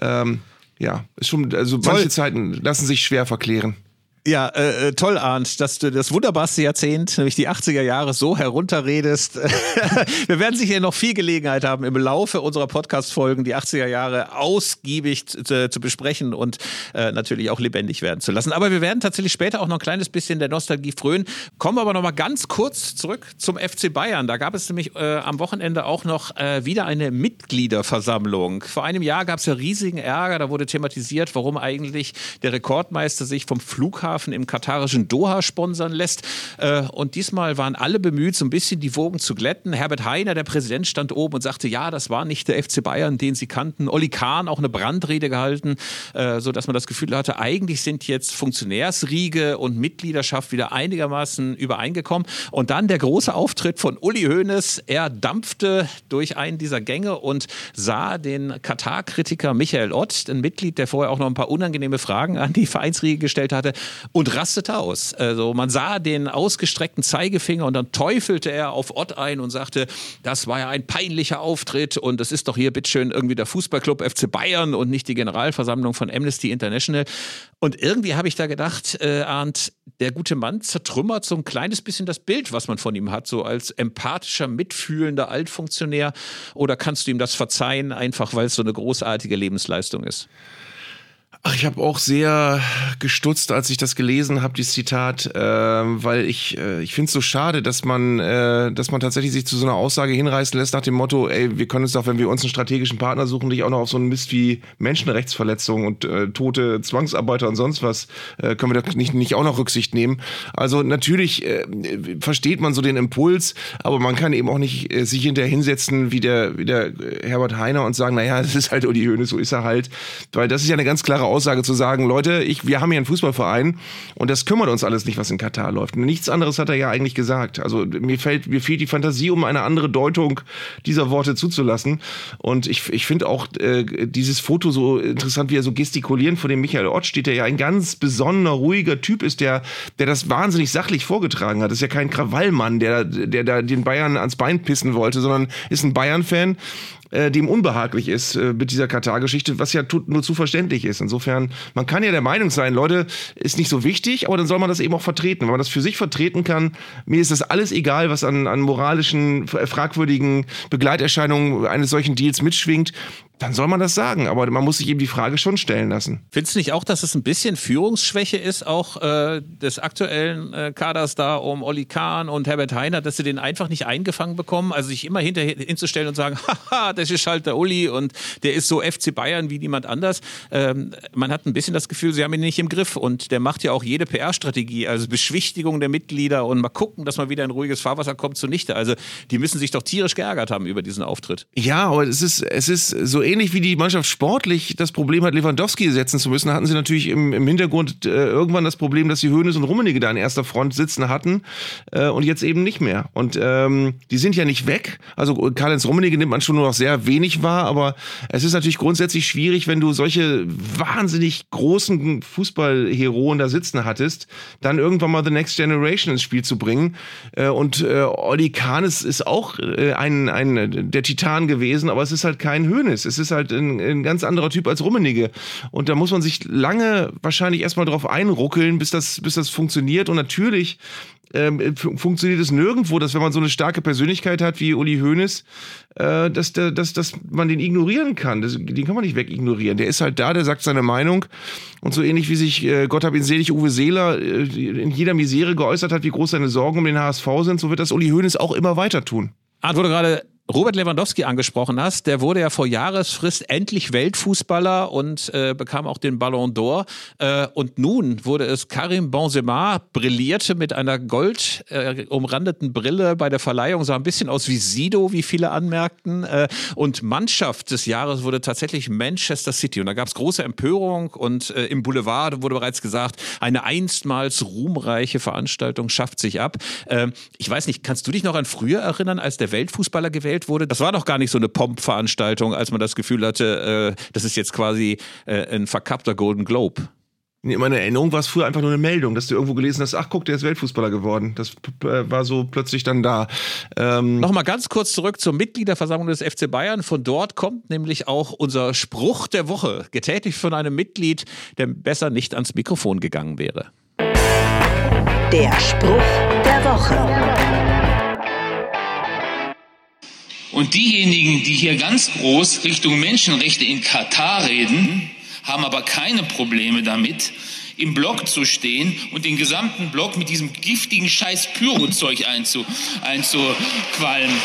ist schon, also manche Zeiten lassen sich schwer verklären. Ja, toll, Arndt, dass du das wunderbarste Jahrzehnt, nämlich die 80er Jahre, so herunterredest. Wir werden sicher noch viel Gelegenheit haben, im Laufe unserer Podcast-Folgen die 80er Jahre ausgiebig zu besprechen und natürlich auch lebendig werden zu lassen. Aber wir werden tatsächlich später auch noch ein kleines bisschen der Nostalgie frönen. Kommen aber noch mal ganz kurz zurück zum FC Bayern. Da gab es nämlich am Wochenende auch noch wieder eine Mitgliederversammlung. Vor einem Jahr gab es ja riesigen Ärger. Da wurde thematisiert, warum eigentlich der Rekordmeister sich vom Flughafen im katarischen Doha sponsern lässt. Und diesmal waren alle bemüht, so ein bisschen die Wogen zu glätten. Herbert Hainer, der Präsident, stand oben und sagte, ja, das war nicht der FC Bayern, den sie kannten. Oli Kahn auch eine Brandrede gehalten, sodass man das Gefühl hatte, eigentlich sind jetzt Funktionärsriege und Mitgliedschaft wieder einigermaßen übereingekommen. Und dann der große Auftritt von Uli Hoeneß. Er dampfte durch einen dieser Gänge und sah den Katar-Kritiker Michael Ott, ein Mitglied, der vorher auch noch ein paar unangenehme Fragen an die Vereinsriege gestellt hatte, und rastete aus. Also man sah den ausgestreckten Zeigefinger und dann teufelte er auf Ott ein und sagte, das war ja ein peinlicher Auftritt und es ist doch hier bitteschön irgendwie der Fußballclub FC Bayern und nicht die Generalversammlung von Amnesty International. Und irgendwie habe ich da gedacht, Arndt, der gute Mann zertrümmert so ein kleines bisschen das Bild, was man von ihm hat, so als empathischer, mitfühlender Altfunktionär. Oder kannst du ihm das verzeihen, einfach weil es so eine großartige Lebensleistung ist? Ach, ich habe auch sehr gestutzt, als ich das gelesen habe, dieses Zitat, weil ich finde es so schade, dass man tatsächlich sich zu so einer Aussage hinreißen lässt nach dem Motto, ey, wir können uns doch, wenn wir uns einen strategischen Partner suchen, nicht auch noch auf so einen Mist wie Menschenrechtsverletzungen und tote Zwangsarbeiter und sonst was, können wir da nicht auch noch Rücksicht nehmen. Also natürlich versteht man so den Impuls, aber man kann eben auch nicht sich hinterher hinsetzen wie der Herbert Hainer und sagen, naja, das ist halt Uli Hoeneß, so ist er halt, weil das ist ja eine ganz klare Aussage zu sagen, Leute, wir haben hier einen Fußballverein und das kümmert uns alles nicht, was in Katar läuft. Nichts anderes hat er ja eigentlich gesagt. Also mir fehlt die Fantasie, um eine andere Deutung dieser Worte zuzulassen. Und ich finde auch dieses Foto so interessant, wie er so gestikulierend vor dem Michael Ott steht, der ja ein ganz besonderer, ruhiger Typ ist, der das wahnsinnig sachlich vorgetragen hat. Das ist ja kein Krawallmann, der den Bayern ans Bein pissen wollte, sondern ist ein Bayern-Fan, dem unbehaglich ist mit dieser Katar-Geschichte, was ja nur zu verständlich ist. Insofern, man kann ja der Meinung sein, Leute, ist nicht so wichtig, aber dann soll man das eben auch vertreten. Wenn man das für sich vertreten kann, mir ist das alles egal, was an moralischen, fragwürdigen Begleiterscheinungen eines solchen Deals mitschwingt, dann soll man das sagen. Aber man muss sich eben die Frage schon stellen lassen. Findest du nicht auch, dass es ein bisschen Führungsschwäche ist, auch des aktuellen Kaders da um Oli Kahn und Herbert Hainer, dass sie den einfach nicht eingefangen bekommen? Also sich immer hinzustellen und sagen, haha, das ist halt der Uli und der ist so FC Bayern wie niemand anders. Man hat ein bisschen das Gefühl, sie haben ihn nicht im Griff und der macht ja auch jede PR-Strategie, also Beschwichtigung der Mitglieder und mal gucken, dass man wieder in ruhiges Fahrwasser kommt, zunichte. Also die müssen sich doch tierisch geärgert haben über diesen Auftritt. Ja, aber es ist so ähnlich wie die Mannschaft sportlich das Problem hat, Lewandowski ersetzen zu müssen, hatten sie natürlich im Hintergrund irgendwann das Problem, dass sie Hoeneß und Rummenigge da in erster Front sitzen hatten und jetzt eben nicht mehr. Und die sind ja nicht weg. Also Karl-Heinz Rummenigge nimmt man schon nur noch sehr wenig wahr, aber es ist natürlich grundsätzlich schwierig, wenn du solche wahnsinnig großen Fußballheroen da sitzen hattest, dann irgendwann mal The Next Generation ins Spiel zu bringen. Und Oli Kahn ist auch der Titan gewesen, aber es ist halt kein Hoeneß. Es ist halt ein ganz anderer Typ als Rummenigge. Und da muss man sich lange wahrscheinlich erstmal drauf einruckeln, bis das funktioniert. Und natürlich funktioniert es nirgendwo, dass wenn man so eine starke Persönlichkeit hat wie Uli Hoeneß, dass man den ignorieren kann. Den kann man nicht wegignorieren. Der ist halt da, der sagt seine Meinung. Und so ähnlich wie sich, Gott hab ihn selig, Uwe Seeler in jeder Misere geäußert hat, wie groß seine Sorgen um den HSV sind, so wird das Uli Hoeneß auch immer weiter tun. Arndt, wo du gerade Robert Lewandowski angesprochen hast, der wurde ja vor Jahresfrist endlich Weltfußballer und bekam auch den Ballon d'Or. Und nun wurde es Karim Benzema, brillierte mit einer gold umrandeten Brille bei der Verleihung, sah ein bisschen aus wie Sido, wie viele anmerkten. Und Mannschaft des Jahres wurde tatsächlich Manchester City. Und da gab es große Empörung und im Boulevard wurde bereits gesagt, eine einstmals ruhmreiche Veranstaltung schafft sich ab. Ich weiß nicht, kannst du dich noch an früher erinnern, als der Weltfußballer gewählt wurde? Das war doch gar nicht so eine Pomp-Veranstaltung, als man das Gefühl hatte, das ist jetzt quasi ein verkappter Golden Globe. In meiner Erinnerung war es früher einfach nur eine Meldung, dass du irgendwo gelesen hast, ach guck, der ist Weltfußballer geworden. Das war so plötzlich dann da. Nochmal ganz kurz zurück zur Mitgliederversammlung des FC Bayern. Von dort kommt nämlich auch unser Spruch der Woche, getätigt von einem Mitglied, der besser nicht ans Mikrofon gegangen wäre. Der Spruch der Woche. Und diejenigen, die hier ganz groß Richtung Menschenrechte in Katar reden, haben aber keine Probleme damit, im Block zu stehen und den gesamten Block mit diesem giftigen scheiß Pyrozeug einzuqualmen.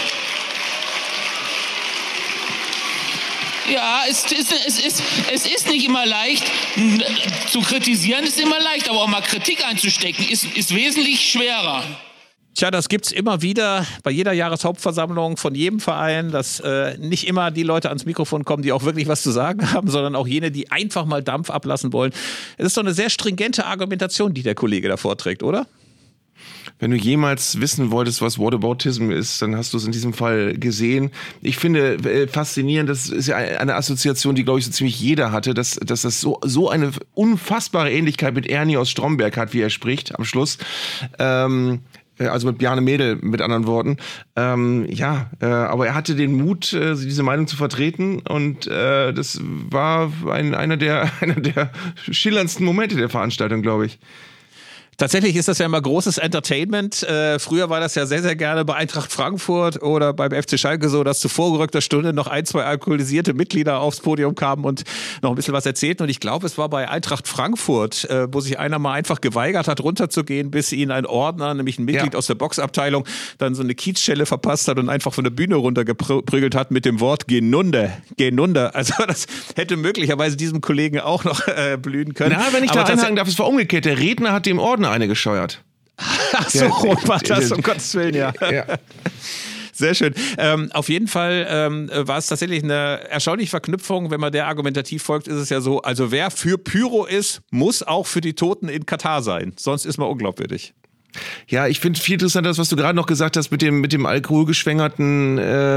Ja, es ist nicht immer leicht zu kritisieren, ist immer leicht, aber auch mal Kritik einzustecken ist wesentlich schwerer. Tja, das gibt's immer wieder bei jeder Jahreshauptversammlung von jedem Verein, dass nicht immer die Leute ans Mikrofon kommen, die auch wirklich was zu sagen haben, sondern auch jene, die einfach mal Dampf ablassen wollen. Es ist doch eine sehr stringente Argumentation, die der Kollege da vorträgt, oder? Wenn du jemals wissen wolltest, was Whataboutism ist, dann hast du es in diesem Fall gesehen. Ich finde faszinierend, das ist ja eine Assoziation, die, glaube ich, so ziemlich jeder hatte, dass das so eine unfassbare Ähnlichkeit mit Ernie aus Stromberg hat, wie er spricht am Schluss. Also mit Bjarne Mädel, mit anderen Worten. Aber er hatte den Mut, diese Meinung zu vertreten und das war einer der schillerndsten Momente der Veranstaltung, glaube ich. Tatsächlich ist das ja immer großes Entertainment. Früher war das ja sehr, sehr gerne bei Eintracht Frankfurt oder beim FC Schalke so, dass zu vorgerückter Stunde noch 1, 2 alkoholisierte Mitglieder aufs Podium kamen und noch ein bisschen was erzählten. Und ich glaube, es war bei Eintracht Frankfurt, wo sich einer mal einfach geweigert hat, runterzugehen, bis ihn ein Ordner, nämlich ein Mitglied aus der Boxabteilung, dann so eine Kiezschelle verpasst hat und einfach von der Bühne runtergeprügelt hat mit dem Wort Genunde. Also das hätte möglicherweise diesem Kollegen auch noch blühen können. Na, wenn ich da einhaken darf, es war umgekehrt. Der Redner hat dem Ordner eine gescheuert. Ach so, war das, um Gottes Willen, ja. Sehr schön. Auf jeden Fall war es tatsächlich eine erstaunliche Verknüpfung. Wenn man der argumentativ folgt, ist es ja so, also wer für Pyro ist, muss auch für die Toten in Katar sein. Sonst ist man unglaubwürdig. Ja, ich finde viel interessanter, das, was du gerade noch gesagt hast mit dem alkoholgeschwängerten,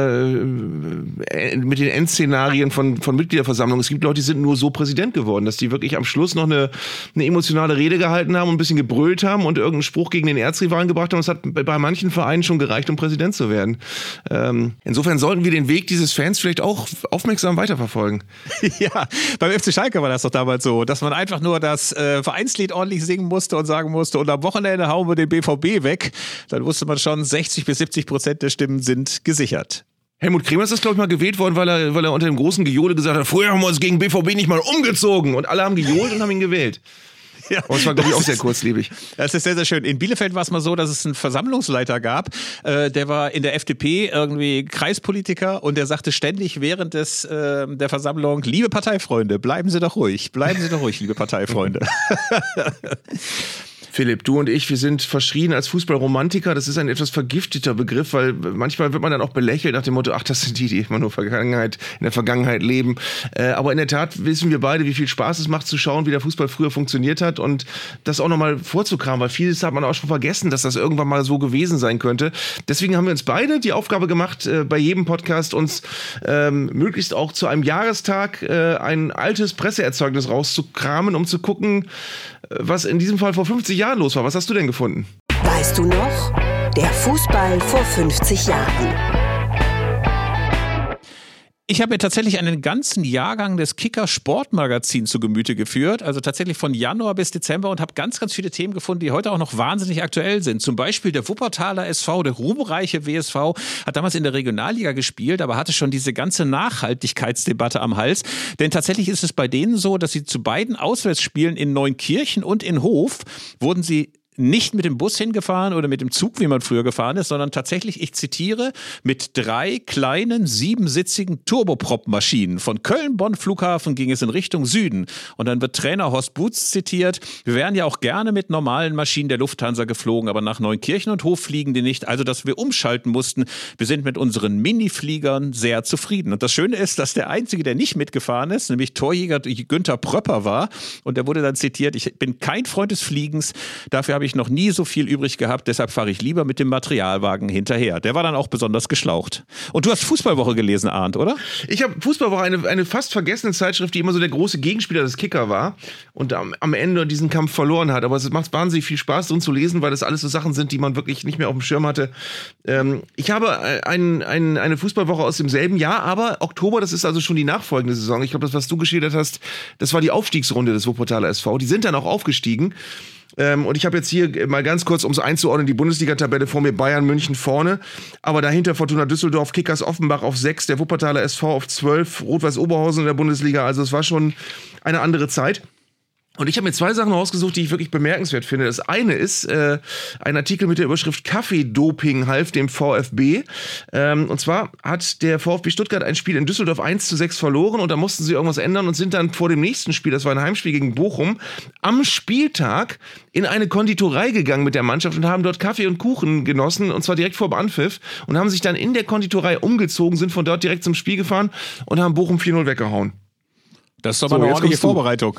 mit den Endszenarien von Mitgliederversammlungen. Es gibt Leute, die sind nur so Präsident geworden, dass die wirklich am Schluss noch eine emotionale Rede gehalten haben und ein bisschen gebrüllt haben und irgendeinen Spruch gegen den Erzrivalen gebracht haben. Es hat bei manchen Vereinen schon gereicht, um Präsident zu werden. Insofern sollten wir den Weg dieses Fans vielleicht auch aufmerksam weiterverfolgen. Ja, beim FC Schalke war das doch damals so, dass man einfach nur das Vereinslied ordentlich singen musste und sagen musste, und am Wochenende hauen wir den BVB weg, dann wusste man schon, 60-70% der Stimmen sind gesichert. Helmut Kremer ist das, glaube ich, mal gewählt worden, weil er unter dem großen Gejohle gesagt hat, früher haben wir uns gegen BVB nicht mal umgezogen und alle haben gejohlt und haben ihn gewählt. Ja, aber es war, glaube ich, auch sehr kurzlebig. Das ist sehr, sehr schön. In Bielefeld war es mal so, dass es einen Versammlungsleiter gab, der war in der FDP irgendwie Kreispolitiker und der sagte ständig während der Versammlung, liebe Parteifreunde, bleiben Sie doch ruhig, liebe Parteifreunde. Philipp, du und ich, wir sind verschrien als Fußballromantiker. Das ist ein etwas vergifteter Begriff, weil manchmal wird man dann auch belächelt nach dem Motto, ach, das sind die immer nur in der Vergangenheit leben. Aber in der Tat wissen wir beide, wie viel Spaß es macht zu schauen, wie der Fußball früher funktioniert hat und das auch nochmal vorzukramen, weil vieles hat man auch schon vergessen, dass das irgendwann mal so gewesen sein könnte. Deswegen haben wir uns beide die Aufgabe gemacht, bei jedem Podcast uns möglichst auch zu einem Jahrestag ein altes Presseerzeugnis rauszukramen, um zu gucken, was in diesem Fall vor 50 Jahren los war. Was hast du denn gefunden? Weißt du noch? Der Fußball vor 50 Jahren. Ich habe mir tatsächlich einen ganzen Jahrgang des Kicker-Sportmagazins zu Gemüte geführt, also tatsächlich von Januar bis Dezember, und habe ganz, ganz viele Themen gefunden, die heute auch noch wahnsinnig aktuell sind. Zum Beispiel der Wuppertaler SV, der ruhmreiche WSV, hat damals in der Regionalliga gespielt, aber hatte schon diese ganze Nachhaltigkeitsdebatte am Hals. Denn tatsächlich ist es bei denen so, dass sie zu beiden Auswärtsspielen in Neunkirchen und in Hof wurden sie nicht mit dem Bus hingefahren oder mit dem Zug, wie man früher gefahren ist, sondern tatsächlich, ich zitiere, mit 3 kleinen 7-sitzigen Turboprop-Maschinen. Von Köln-Bonn-Flughafen ging es in Richtung Süden. Und dann wird Trainer Horst Butz zitiert: Wir wären ja auch gerne mit normalen Maschinen der Lufthansa geflogen, aber nach Neunkirchen und Hof fliegen die nicht, also dass wir umschalten mussten. Wir sind mit unseren Mini-Fliegern sehr zufrieden. Und das Schöne ist, dass der Einzige, der nicht mitgefahren ist, nämlich Torjäger Günther Pröpper war. Und der wurde dann zitiert: Ich bin kein Freund des Fliegens, dafür habe ich noch nie so viel übrig gehabt, deshalb fahre ich lieber mit dem Materialwagen hinterher. Der war dann auch besonders geschlaucht. Und du hast Fußballwoche gelesen, Arndt, oder? Ich habe Fußballwoche, eine fast vergessene Zeitschrift, die immer so der große Gegenspieler des Kicker war und am Ende diesen Kampf verloren hat. Aber es macht wahnsinnig viel Spaß, drin zu lesen, weil das alles so Sachen sind, die man wirklich nicht mehr auf dem Schirm hatte. Ich habe eine Fußballwoche aus demselben Jahr, aber Oktober, das ist also schon die nachfolgende Saison. Ich glaube, das, was du geschildert hast, das war die Aufstiegsrunde des Wuppertaler SV. Die sind dann auch aufgestiegen. Und ich habe jetzt hier mal ganz kurz, um es einzuordnen, die Bundesliga-Tabelle vor mir: Bayern München vorne, aber dahinter Fortuna Düsseldorf, Kickers Offenbach auf 6, der Wuppertaler SV auf 12, Rot-Weiß Oberhausen in der Bundesliga. Also es war schon eine andere Zeit. Und ich habe mir 2 Sachen rausgesucht, die ich wirklich bemerkenswert finde. Das eine ist ein Artikel mit der Überschrift Kaffeedoping half dem VfB. Und zwar hat der VfB Stuttgart ein Spiel in Düsseldorf 1:6 verloren und da mussten sie irgendwas ändern und sind dann vor dem nächsten Spiel, das war ein Heimspiel gegen Bochum, am Spieltag in eine Konditorei gegangen mit der Mannschaft und haben dort Kaffee und Kuchen genossen, und zwar direkt vor dem Anpfiff, und haben sich dann in der Konditorei umgezogen, sind von dort direkt zum Spiel gefahren und haben Bochum 4-0 weggehauen. Das ist doch mal eine ordentliche Vorbereitung.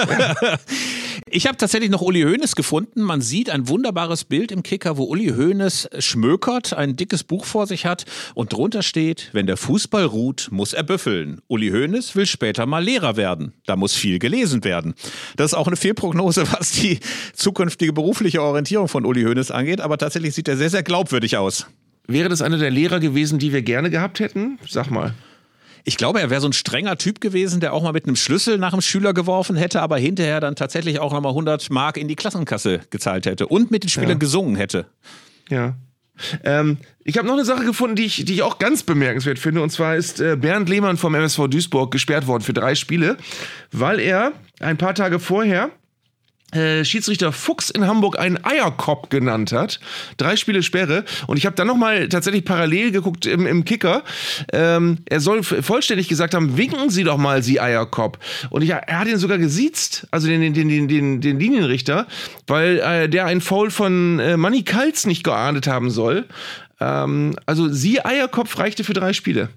Ich habe tatsächlich noch Uli Hoeneß gefunden. Man sieht ein wunderbares Bild im Kicker, wo Uli Hoeneß schmökert, ein dickes Buch vor sich hat und drunter steht: Wenn der Fußball ruht, muss er büffeln. Uli Hoeneß will später mal Lehrer werden. Da muss viel gelesen werden. Das ist auch eine Fehlprognose, was die zukünftige berufliche Orientierung von Uli Hoeneß angeht, aber tatsächlich sieht er sehr, sehr glaubwürdig aus. Wäre das einer der Lehrer gewesen, die wir gerne gehabt hätten? Sag mal. Ich glaube, er wäre so ein strenger Typ gewesen, der auch mal mit einem Schlüssel nach dem Schüler geworfen hätte, aber hinterher dann tatsächlich auch nochmal 100 Mark in die Klassenkasse gezahlt hätte und mit den Schülern gesungen hätte. Ja. Ich habe noch eine Sache gefunden, die ich auch ganz bemerkenswert finde, und zwar ist Bernd Lehmann vom MSV Duisburg gesperrt worden für 3 Spiele, weil er ein paar Tage vorher Schiedsrichter Fuchs in Hamburg einen Eierkopf genannt hat. 3 Spiele Sperre. Und ich habe dann nochmal tatsächlich parallel geguckt im Kicker. Er soll vollständig gesagt haben: Winken Sie doch mal, Sie Eierkopf. Und er hat ihn sogar gesiezt, also den Linienrichter, weil der einen Foul von Manny Kals nicht geahndet haben soll. Also Sie Eierkopf reichte für 3 Spiele.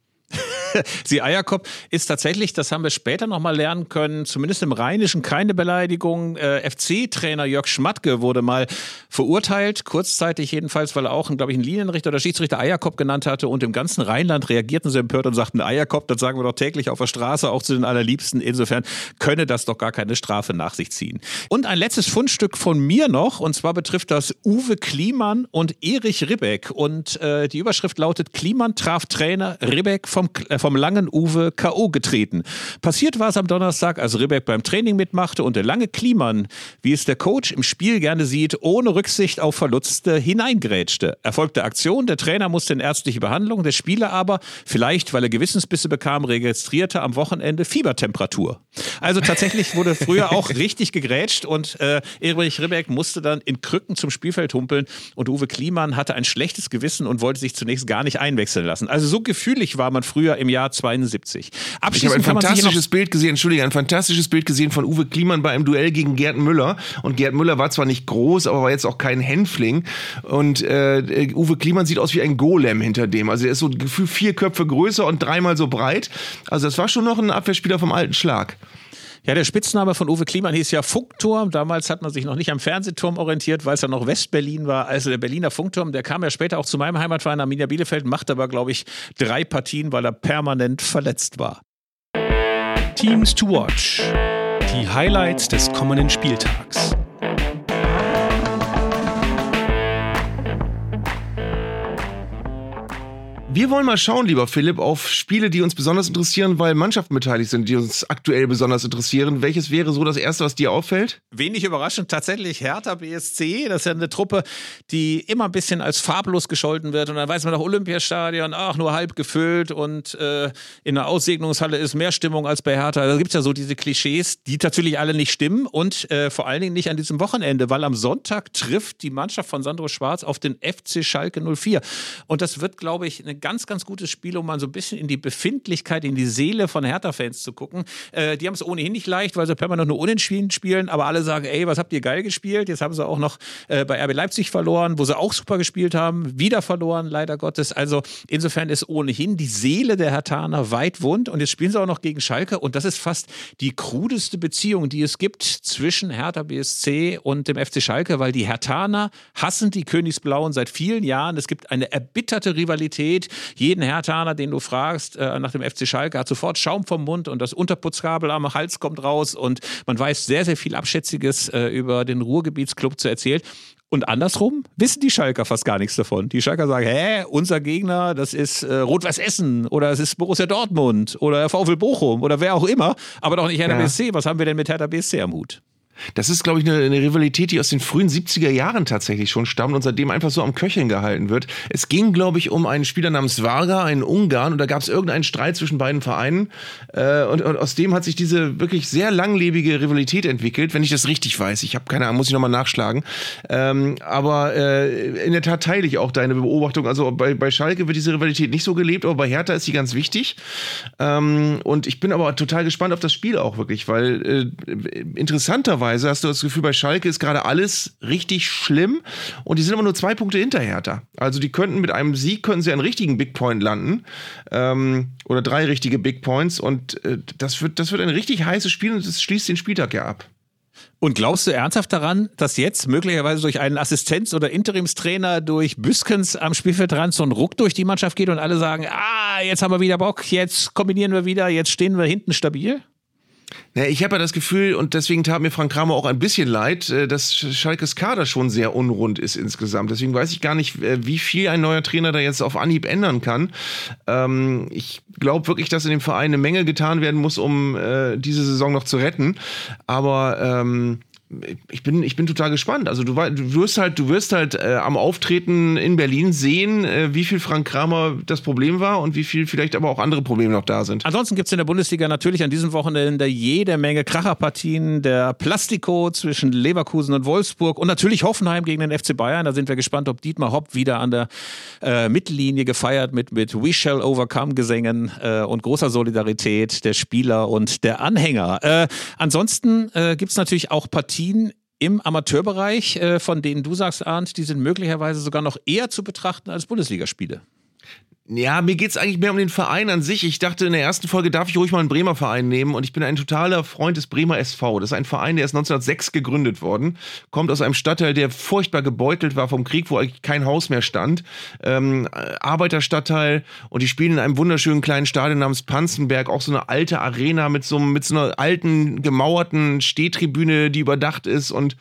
Sie Eierkopf ist tatsächlich, das haben wir später nochmal lernen können, zumindest im Rheinischen keine Beleidigung. FC-Trainer Jörg Schmatke wurde mal verurteilt, kurzzeitig jedenfalls, weil er auch, glaube ich, einen Linienrichter oder Schiedsrichter Eierkopf genannt hatte, und im ganzen Rheinland reagierten sie empört und sagten: Eierkopf, das sagen wir doch täglich auf der Straße, auch zu den Allerliebsten. Insofern könne das doch gar keine Strafe nach sich ziehen. Und ein letztes Fundstück von mir noch, und zwar betrifft das Uwe Kliemann und Erich Ribbeck. Und die Überschrift lautet: Kliemann traf Trainer Ribbeck vom langen Uwe K.O. getreten. Passiert war es am Donnerstag, als Ribbeck beim Training mitmachte und der lange Kliemann, wie es der Coach im Spiel gerne sieht, ohne Rücksicht auf Verluste hineingrätschte. Erfolgte Aktion, der Trainer musste in ärztliche Behandlung, der Spieler aber, vielleicht weil er Gewissensbisse bekam, registrierte am Wochenende Fiebertemperatur. Also tatsächlich wurde früher auch richtig gegrätscht und Erich Ribbeck musste dann in Krücken zum Spielfeld humpeln und Uwe Kliemann hatte ein schlechtes Gewissen und wollte sich zunächst gar nicht einwechseln lassen. Also so gefühlig war man früher im Jahr 72. Ich habe ein fantastisches Bild gesehen von Uwe Kliemann bei einem Duell gegen Gerd Müller. Und Gerd Müller war zwar nicht groß, aber war jetzt auch kein Hänfling. Und Uwe Kliemann sieht aus wie ein Golem hinter dem. Also er ist so gefühlt 4 Köpfe größer und 3-mal so breit. Also das war schon noch ein Abwehrspieler vom alten Schlag. Ja, der Spitzname von Uwe Kliemann hieß ja Funkturm. Damals hat man sich noch nicht am Fernsehturm orientiert, weil es ja noch Westberlin war. Also der Berliner Funkturm, der kam ja später auch zu meinem Heimatverein Arminia Bielefeld, machte aber, glaube ich, 3 Partien, weil er permanent verletzt war. Teams to watch. Die Highlights des kommenden Spieltags. Wir wollen mal schauen, lieber Philipp, auf Spiele, die uns besonders interessieren, weil Mannschaften beteiligt sind, die uns aktuell besonders interessieren. Welches wäre so das Erste, was dir auffällt? Wenig überraschend tatsächlich Hertha BSC. Das ist ja eine Truppe, die immer ein bisschen als farblos gescholten wird. Und dann weiß man doch, Olympiastadion, nur halb gefüllt und in der Aussegnungshalle ist mehr Stimmung als bei Hertha. Da gibt es ja so diese Klischees, die natürlich alle nicht stimmen und vor allen Dingen nicht an diesem Wochenende, weil am Sonntag trifft die Mannschaft von Sandro Schwarz auf den FC Schalke 04. Und das wird, glaube ich, eine ganz, ganz gutes Spiel, um mal so ein bisschen in die Befindlichkeit, in die Seele von Hertha-Fans zu gucken. Die haben es ohnehin nicht leicht, weil sie permanent nur unentschieden spielen, aber alle sagen, ey, was habt ihr geil gespielt? Jetzt haben sie auch noch bei RB Leipzig verloren, wo sie auch super gespielt haben, wieder verloren, leider Gottes. Also insofern ist ohnehin die Seele der Herthaner weit wund und jetzt spielen sie auch noch gegen Schalke und das ist fast die krudeste Beziehung, die es gibt zwischen Hertha BSC und dem FC Schalke, weil die Herthaner hassen die Königsblauen seit vielen Jahren. Es gibt eine erbitterte Rivalität. Jeden Herthaner, den du fragst nach dem FC Schalke, hat sofort Schaum vom Mund und das Unterputzkabel am Hals kommt raus und man weiß sehr, sehr viel Abschätziges über den Ruhrgebietsclub zu erzählen. Und andersrum wissen die Schalker fast gar nichts davon. Die Schalker sagen, unser Gegner, das ist Rot-Weiß Essen oder es ist Borussia Dortmund oder VfL Bochum oder wer auch immer, aber doch nicht Hertha BSC. Was haben wir denn mit Hertha BSC am Hut? Das ist, glaube ich, eine Rivalität, die aus den frühen 70er Jahren tatsächlich schon stammt und seitdem einfach so am Köcheln gehalten wird. Es ging, glaube ich, um einen Spieler namens Varga, einen Ungarn, und da gab es irgendeinen Streit zwischen beiden Vereinen und aus dem hat sich diese wirklich sehr langlebige Rivalität entwickelt, wenn ich das richtig weiß. Ich habe keine Ahnung, muss ich nochmal nachschlagen. Aber in der Tat teile ich auch deine Beobachtung. Also bei Schalke wird diese Rivalität nicht so gelebt, aber bei Hertha ist sie ganz wichtig. Und ich bin aber total gespannt auf das Spiel auch wirklich, weil interessanterweise hast du das Gefühl, bei Schalke ist gerade alles richtig schlimm und die sind aber nur 2 Punkte hinter Hertha. Also die könnten mit einem Sieg, könnten sie einen richtigen Big Point landen oder 3 richtige Big Points und das wird ein richtig heißes Spiel und das schließt den Spieltag ja ab. Und glaubst du ernsthaft daran, dass jetzt möglicherweise durch einen Assistenz- oder Interimstrainer durch Büskens am Spielfeldrand so ein Ruck durch die Mannschaft geht und alle sagen, jetzt haben wir wieder Bock, jetzt kombinieren wir wieder, jetzt stehen wir hinten stabil? Ja, ich habe ja das Gefühl, und deswegen tat mir Frank Kramer auch ein bisschen leid, dass Schalkes Kader schon sehr unrund ist insgesamt. Deswegen weiß ich gar nicht, wie viel ein neuer Trainer da jetzt auf Anhieb ändern kann. Ich glaube wirklich, dass in dem Verein eine Menge getan werden muss, um diese Saison noch zu retten. Aber ich bin total gespannt. Also du wirst halt am Auftreten in Berlin sehen, wie viel Frank Kramer das Problem war und wie viel vielleicht aber auch andere Probleme noch da sind. Ansonsten gibt es in der Bundesliga natürlich an diesem Wochenende jede Menge Kracherpartien. Der Plastico zwischen Leverkusen und Wolfsburg und natürlich Hoffenheim gegen den FC Bayern. Da sind wir gespannt, ob Dietmar Hopp wieder an der Mittellinie gefeiert mit We Shall Overcome Gesängen und großer Solidarität der Spieler und der Anhänger. Ansonsten gibt es natürlich auch Partien im Amateurbereich, von denen du sagst, Arndt, die sind möglicherweise sogar noch eher zu betrachten als Bundesligaspiele. Ja, mir geht's eigentlich mehr um den Verein an sich. Ich dachte, in der ersten Folge darf ich ruhig mal einen Bremer Verein nehmen und ich bin ein totaler Freund des Bremer SV. Das ist ein Verein, der ist 1906 gegründet worden, kommt aus einem Stadtteil, der furchtbar gebeutelt war vom Krieg, wo eigentlich kein Haus mehr stand. Arbeiterstadtteil und die spielen in einem wunderschönen kleinen Stadion namens Panzenberg, auch so eine alte Arena mit so einer alten, gemauerten Stehtribüne, die überdacht ist und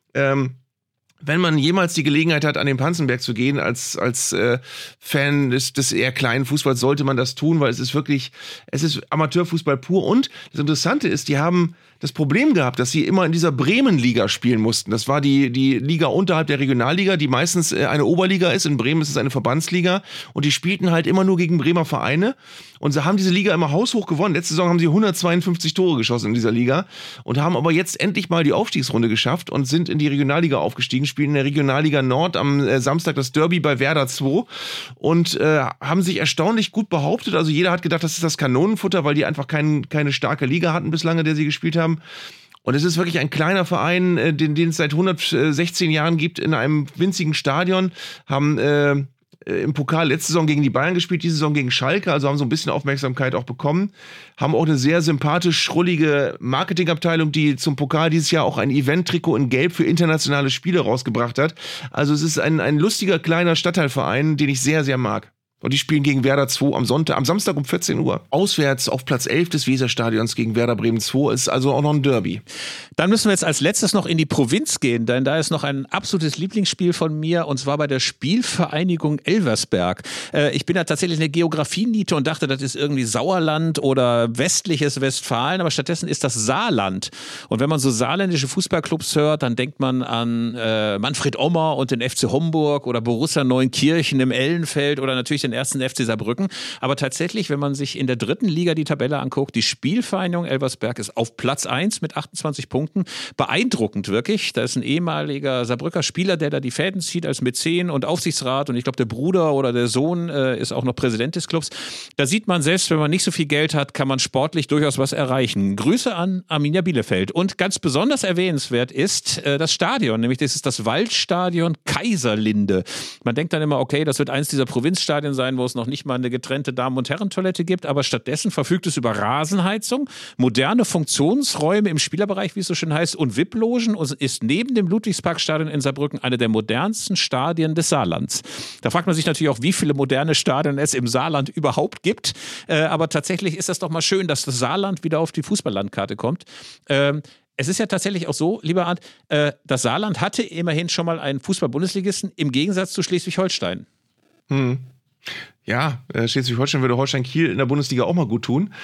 wenn man jemals die Gelegenheit hat, an den Panzenberg zu gehen, als Fan des eher kleinen Fußballs, sollte man das tun, weil es ist Amateurfußball pur. Und das Interessante ist, die haben das Problem gehabt, dass sie immer in dieser Bremen-Liga spielen mussten. Das war die Liga unterhalb der Regionalliga, die meistens eine Oberliga ist. In Bremen ist es eine Verbandsliga. Und die spielten halt immer nur gegen Bremer Vereine. Und sie haben diese Liga immer haushoch gewonnen. Letzte Saison haben sie 152 Tore geschossen in dieser Liga und haben aber jetzt endlich mal die Aufstiegsrunde geschafft und sind in die Regionalliga aufgestiegen, spielen in der Regionalliga Nord am Samstag das Derby bei Werder 2 und haben sich erstaunlich gut behauptet. Also jeder hat gedacht, das ist das Kanonenfutter, weil die einfach keine starke Liga hatten bislang, in der sie gespielt haben. Und es ist wirklich ein kleiner Verein, den es seit 116 Jahren gibt, in einem winzigen Stadion, haben im Pokal letzte Saison gegen die Bayern gespielt, diese Saison gegen Schalke, also haben so ein bisschen Aufmerksamkeit auch bekommen, haben auch eine sehr sympathisch schrullige Marketingabteilung, die zum Pokal dieses Jahr auch ein Event-Trikot in Gelb für internationale Spiele rausgebracht hat. Also es ist ein lustiger kleiner Stadtteilverein, den ich sehr, sehr mag. Und die spielen gegen Werder 2 am Samstag um 14 Uhr. Auswärts auf Platz 11 des Weserstadions gegen Werder Bremen 2 ist also auch noch ein Derby. Dann müssen wir jetzt als letztes noch in die Provinz gehen, denn da ist noch ein absolutes Lieblingsspiel von mir, und zwar bei der Spielvereinigung Elversberg. Ich bin ja tatsächlich eine Geografie-Niete und dachte, das ist irgendwie Sauerland oder westliches Westfalen, aber stattdessen ist das Saarland. Und wenn man so saarländische Fußballclubs hört, dann denkt man an Manfred Ommer und den FC Homburg oder Borussia Neunkirchen im Ellenfeld oder natürlich den ersten FC Saarbrücken. Aber tatsächlich, wenn man sich in der 3. Liga die Tabelle anguckt, die Spielvereinigung Elversberg ist auf Platz 1 mit 28 Punkten. Beeindruckend wirklich. Da ist ein ehemaliger Saarbrücker Spieler, der da die Fäden zieht als Mäzen und Aufsichtsrat, und ich glaube der Bruder oder der Sohn ist auch noch Präsident des Clubs. Da sieht man, selbst wenn man nicht so viel Geld hat, kann man sportlich durchaus was erreichen. Grüße an Arminia Bielefeld. Und ganz besonders erwähnenswert ist das Stadion, nämlich das ist das Waldstadion Kaiserlinde. Man denkt dann immer, okay, das wird eins dieser Provinzstadien sein, wo es noch nicht mal eine getrennte Damen- und Herrentoilette gibt, aber stattdessen verfügt es über Rasenheizung, moderne Funktionsräume im Spielerbereich, wie es so schön heißt, und VIP-Logen, und ist neben dem Ludwigsparkstadion in Saarbrücken eine der modernsten Stadien des Saarlands. Da fragt man sich natürlich auch, wie viele moderne Stadien es im Saarland überhaupt gibt, aber tatsächlich ist das doch mal schön, dass das Saarland wieder auf die Fußballlandkarte kommt. Es ist ja tatsächlich auch so, lieber Arndt, das Saarland hatte immerhin schon mal einen Fußball-Bundesligisten im Gegensatz zu Schleswig-Holstein. Ja, Schleswig-Holstein würde Holstein-Kiel in der Bundesliga auch mal gut tun.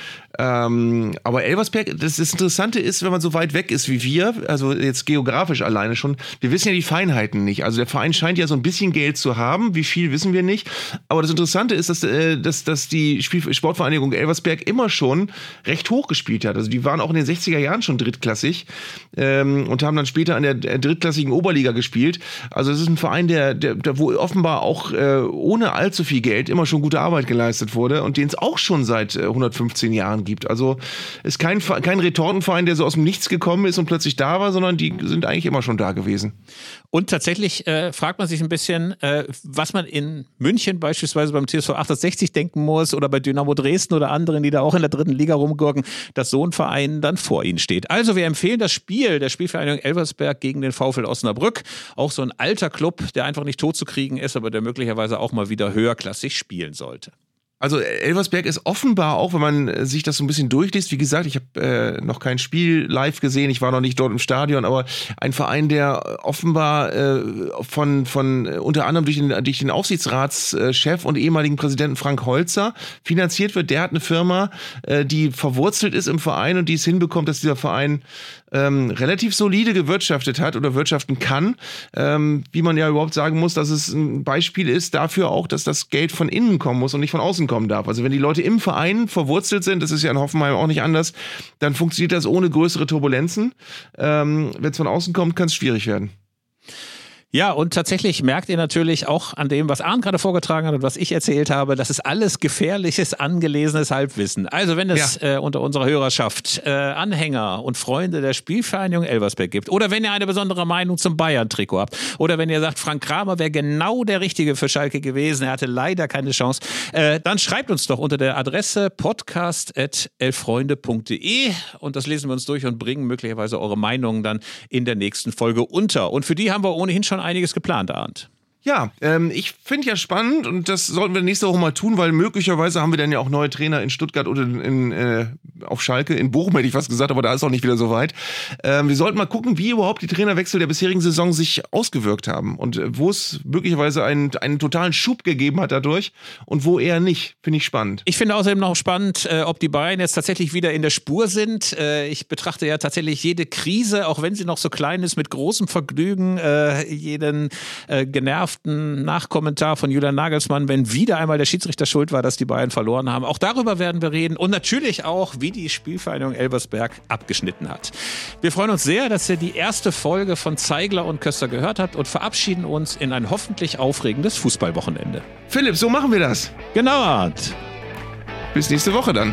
Aber Elversberg, das Interessante ist, wenn man so weit weg ist wie wir, also jetzt geografisch alleine schon, wir wissen ja die Feinheiten nicht. Also der Verein scheint ja so ein bisschen Geld zu haben, wie viel wissen wir nicht. Aber das Interessante ist, dass die Sportvereinigung Elversberg immer schon recht hoch gespielt hat. Also die waren auch in den 60er Jahren schon drittklassig und haben dann später in der drittklassigen Oberliga gespielt. Also es ist ein Verein, der wo offenbar auch ohne allzu viel Geld immer schon gute Arbeit geleistet wurde und den es auch schon seit 115 Jahren gibt. Also ist kein Retortenverein, der so aus dem Nichts gekommen ist und plötzlich da war, sondern die sind eigentlich immer schon da gewesen. Und tatsächlich fragt man sich ein bisschen, was man in München beispielsweise beim TSV 68 denken muss oder bei Dynamo Dresden oder anderen, die da auch in der 3. Liga rumgurken, dass so ein Verein dann vor ihnen steht. Also wir empfehlen das Spiel der Spielvereinigung Elversberg gegen den VfL Osnabrück. Auch so ein alter Club, der einfach nicht tot zu kriegen ist, aber der möglicherweise auch mal wieder höherklassig spielen sollte. Also Elversberg ist offenbar auch, wenn man sich das so ein bisschen durchliest, wie gesagt, ich habe noch kein Spiel live gesehen, ich war noch nicht dort im Stadion, aber ein Verein, der offenbar von unter anderem durch den Aufsichtsratschef und ehemaligen Präsidenten Frank Holzer finanziert wird. Der hat eine Firma, die verwurzelt ist im Verein und die es hinbekommt, dass dieser Verein relativ solide gewirtschaftet hat oder wirtschaften kann, wie man ja überhaupt sagen muss, dass es ein Beispiel ist dafür auch, dass das Geld von innen kommen muss und nicht von außen kommen darf. Also wenn die Leute im Verein verwurzelt sind, das ist ja in Hoffenheim auch nicht anders, dann funktioniert das ohne größere Turbulenzen. Wenn es von außen kommt, kann es schwierig werden. Ja, und tatsächlich merkt ihr natürlich auch an dem, was Arndt gerade vorgetragen hat und was ich erzählt habe, das ist alles gefährliches, angelesenes Halbwissen. Also wenn es unter unserer Hörerschaft Anhänger und Freunde der Spielvereinigung Elversberg gibt oder wenn ihr eine besondere Meinung zum Bayern-Trikot habt oder wenn ihr sagt, Frank Kramer wäre genau der Richtige für Schalke gewesen, er hatte leider keine Chance, dann schreibt uns doch unter der Adresse podcast@elffreunde.de und das lesen wir uns durch und bringen möglicherweise eure Meinungen dann in der nächsten Folge unter. Und für die haben wir ohnehin schon einiges geplant, Arndt. Ja, ich finde ja spannend und das sollten wir nächste Woche mal tun, weil möglicherweise haben wir dann ja auch neue Trainer in Stuttgart oder auf Schalke, in Bochum hätte ich fast gesagt, aber da ist auch nicht wieder so weit. Wir sollten mal gucken, wie überhaupt die Trainerwechsel der bisherigen Saison sich ausgewirkt haben und wo es möglicherweise einen totalen Schub gegeben hat dadurch und wo eher nicht. Finde ich spannend. Ich finde außerdem noch spannend, ob die Bayern jetzt tatsächlich wieder in der Spur sind. Ich betrachte ja tatsächlich jede Krise, auch wenn sie noch so klein ist, mit großem Vergnügen, jeden genervten Nachkommentar von Julian Nagelsmann, wenn wieder einmal der Schiedsrichter schuld war, dass die Bayern verloren haben. Auch darüber werden wir reden und natürlich auch, wie die Spielvereinigung Elversberg abgeschnitten hat. Wir freuen uns sehr, dass ihr die erste Folge von Zeigler und Köster gehört habt und verabschieden uns in ein hoffentlich aufregendes Fußballwochenende. Philipp, so machen wir das. Genau, Arndt. Bis nächste Woche dann.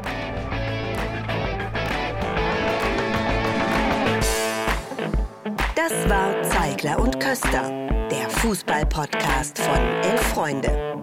Das war Zeigler und Köster, der Fußball-Podcast von 11 Freunde.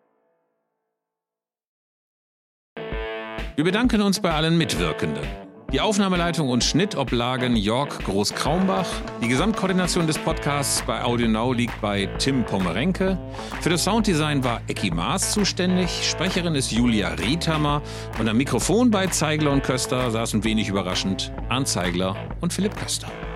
Wir bedanken uns bei allen Mitwirkenden. Die Aufnahmeleitung und Schnitt oblagen Jörg Groß-Kraumbach. Die Gesamtkoordination des Podcasts bei Audio Now liegt bei Tim Pommerenke. Für das Sounddesign war Ecki Maas zuständig. Sprecherin ist Julia Riethammer. Und am Mikrofon bei Zeigler und Köster saßen wenig überraschend Arndt Zeigler und Philipp Köster.